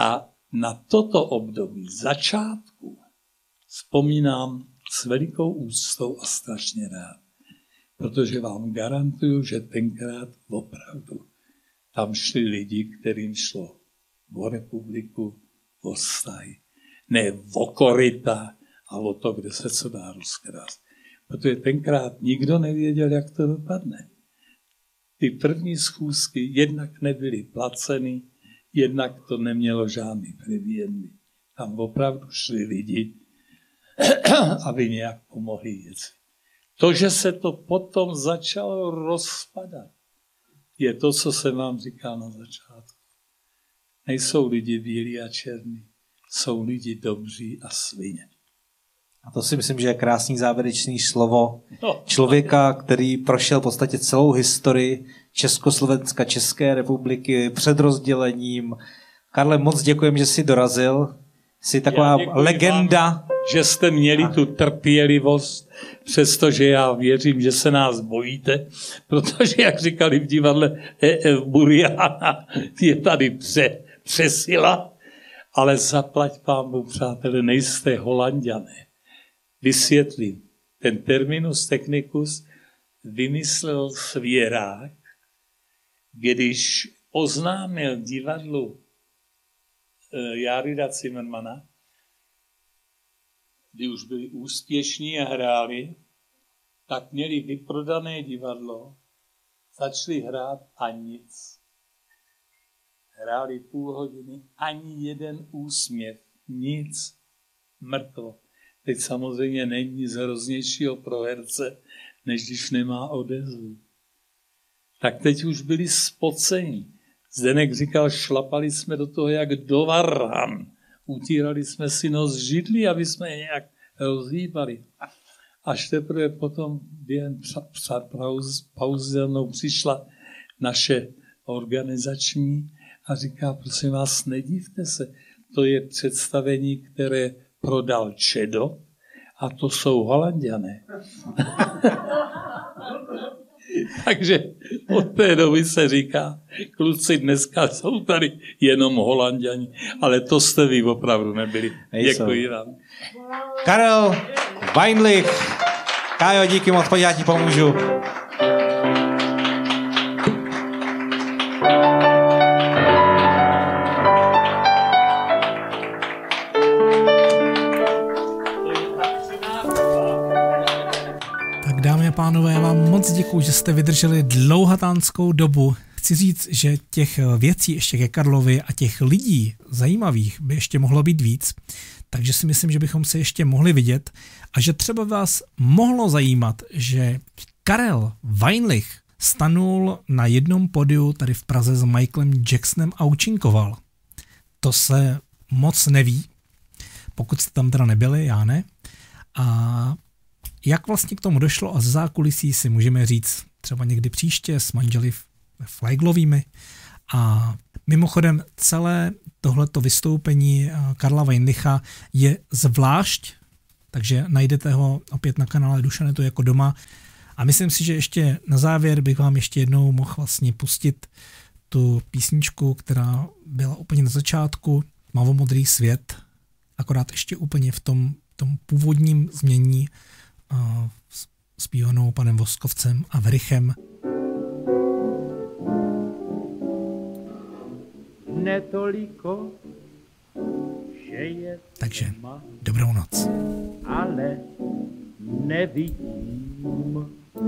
Speaker 3: Na toto období začátku vzpomínám s velikou úctou a strašně rád. Protože vám garantuju, že tenkrát opravdu tam šli lidi, kterým šlo o republiku, o vztah, ne o koryta a o to, kde se co dá rozkrást. Protože tenkrát nikdo nevěděl, jak to dopadne. Ty první schůzky jednak nebyly placeny, jednak to nemělo žádný previendy. Tam opravdu šli lidi, aby nějak pomohli věci. To, že se to potom začalo rozpadat, je to, co jsem vám říkal na začátku. Nejsou lidi bílí a černí, jsou lidi dobří a svině.
Speaker 1: A to si myslím, že je krásný závěrečný slovo člověka, který prošel v podstatě celou historii Československa, České republiky před rozdělením. Karle, moc děkujem, že jsi dorazil. Jsi taková legenda.
Speaker 3: Vám, že jste měli tu trpělivost, přestože já věřím, že se nás bojíte, protože, jak říkali v divadle Buriana, je tady přesila, ale zaplať pámu, přátelé, nejste Holanďané. Vysvětlím. Ten terminus technicus vymyslel Svěrák, když oznámil divadlu Járida Zimmermana, kdy už byli úspěšní a hráli, tak měli vyprodané divadlo, začali hrát a nic. Hráli půl hodiny, ani jeden úsměv, nic, mrtvo. Teď samozřejmě není nic hroznějšího pro herce, než když nemá odezvu. Tak teď už byli spoceni. Zdeněk říkal, šlapali jsme do toho jak do varan. Utírali jsme si nos židli, aby jsme je nějak rozhýbali. Až teprve potom během pauzy za mnou přišla naše organizační a říká, prosím vás, nedívte se, to je představení, které prodal Čedo a to jsou Holanďané. Takže od té doby se říká, kluci, dneska jsou tady jenom Holanďani, ale to jste vy opravdu nebyli. Děkuji vám.
Speaker 1: Karel Weinlich. Kájo, díky moc, pojď, já ti pomůžu.
Speaker 6: Pánové, já vám moc děkuju, že jste vydrželi dlouhatánskou dobu. Chci říct, že těch věcí ještě ke Karlovi a těch lidí zajímavých by ještě mohlo být víc, takže si myslím, že bychom se ještě mohli vidět a že třeba vás mohlo zajímat, že Karel Weinlich stanul na jednom podiu tady v Praze s Michaelem Jacksonem a účinkoval. To se moc neví, pokud jste tam teda nebyli, já ne. A jak vlastně k tomu došlo a z zákulisí si můžeme říct třeba někdy příště s manželi Fleiglovými. A mimochodem celé tohleto vystoupení Karla Weinlicha je zvlášť, takže najdete ho opět na kanále Dušanetu jako doma. A myslím si, že ještě na závěr bych vám ještě jednou mohl vlastně pustit tu písničku, která byla úplně na začátku, Mavomodrý svět, akorát ještě úplně v tom původním znění zpívanou panem Voskovcem a Verichem.
Speaker 13: Netoliko, že je
Speaker 6: takže dobrou noc.
Speaker 13: Ale nevidím.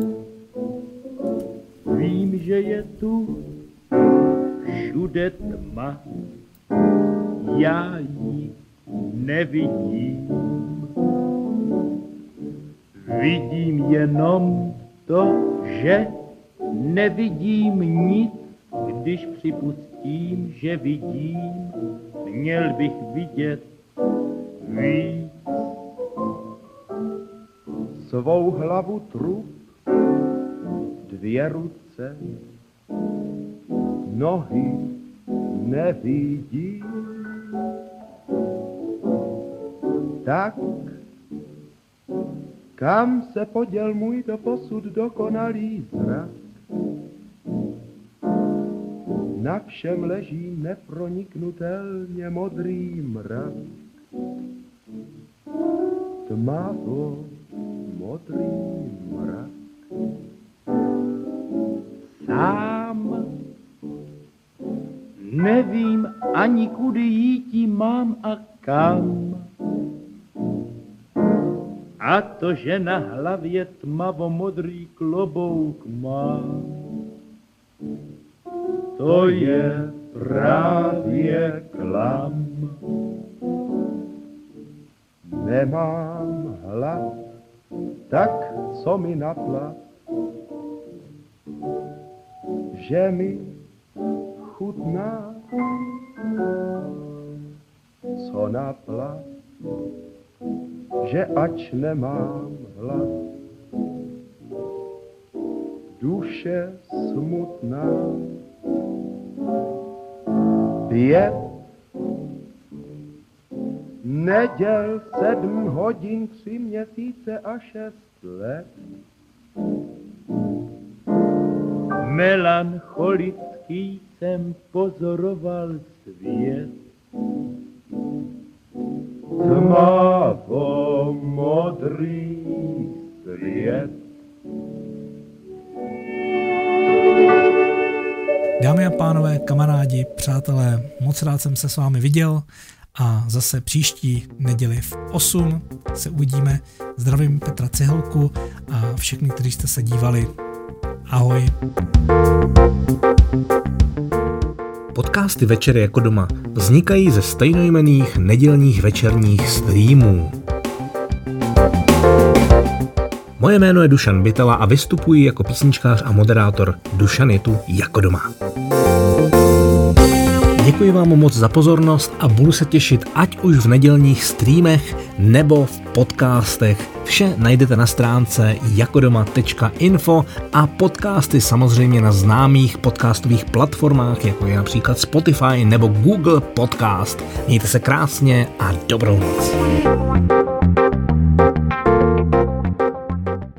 Speaker 13: Vím, že je tu všude tma. Já ji nevidím. Vidím jenom to, že nevidím nic, když připustím, že vidím, měl bych vidět víc. Svou hlavu trup, dvě ruce, nohy nevidím. Tak kam se poděl můj doposud dokonalý zrak? na všem leží neproniknutelně modrý mrak. Tmavo modrý mrak. Sám nevím ani kudy jíti mám a kam. A to, že na hlavě tmavo modrý klobouk mám, to je právě klam. Nemám hlad, tak co mi naplat, že mi chutná, co naplat, že ač nemám hlad, duše smutná. 5 neděl, 7 hodin, 3 měsíce a 6 let. Melancholický jsem pozoroval svět. Tmavo modrý svět.
Speaker 6: Dámy a pánové, kamarádi, přátelé, moc rád jsem se s vámi viděl a zase příští neděli v 8 se uvidíme. Zdravím Petra Cihelku a všechny, kteří jste se dívali. Ahoj.
Speaker 1: Podcasty Večery jako doma vznikají ze stejnojmenných nedělních večerních streamů. Moje jméno je Dušan Bytela a vystupuji jako písničkář a moderátor Dušan je tu jako doma. Děkuji vám moc za pozornost a budu se těšit ať už v nedělních streamech nebo v podcastech. Vše najdete na stránce jakodoma.info a podcasty samozřejmě na známých podcastových platformách, jako je například Spotify nebo Google Podcast. Mějte se krásně a dobrou noc.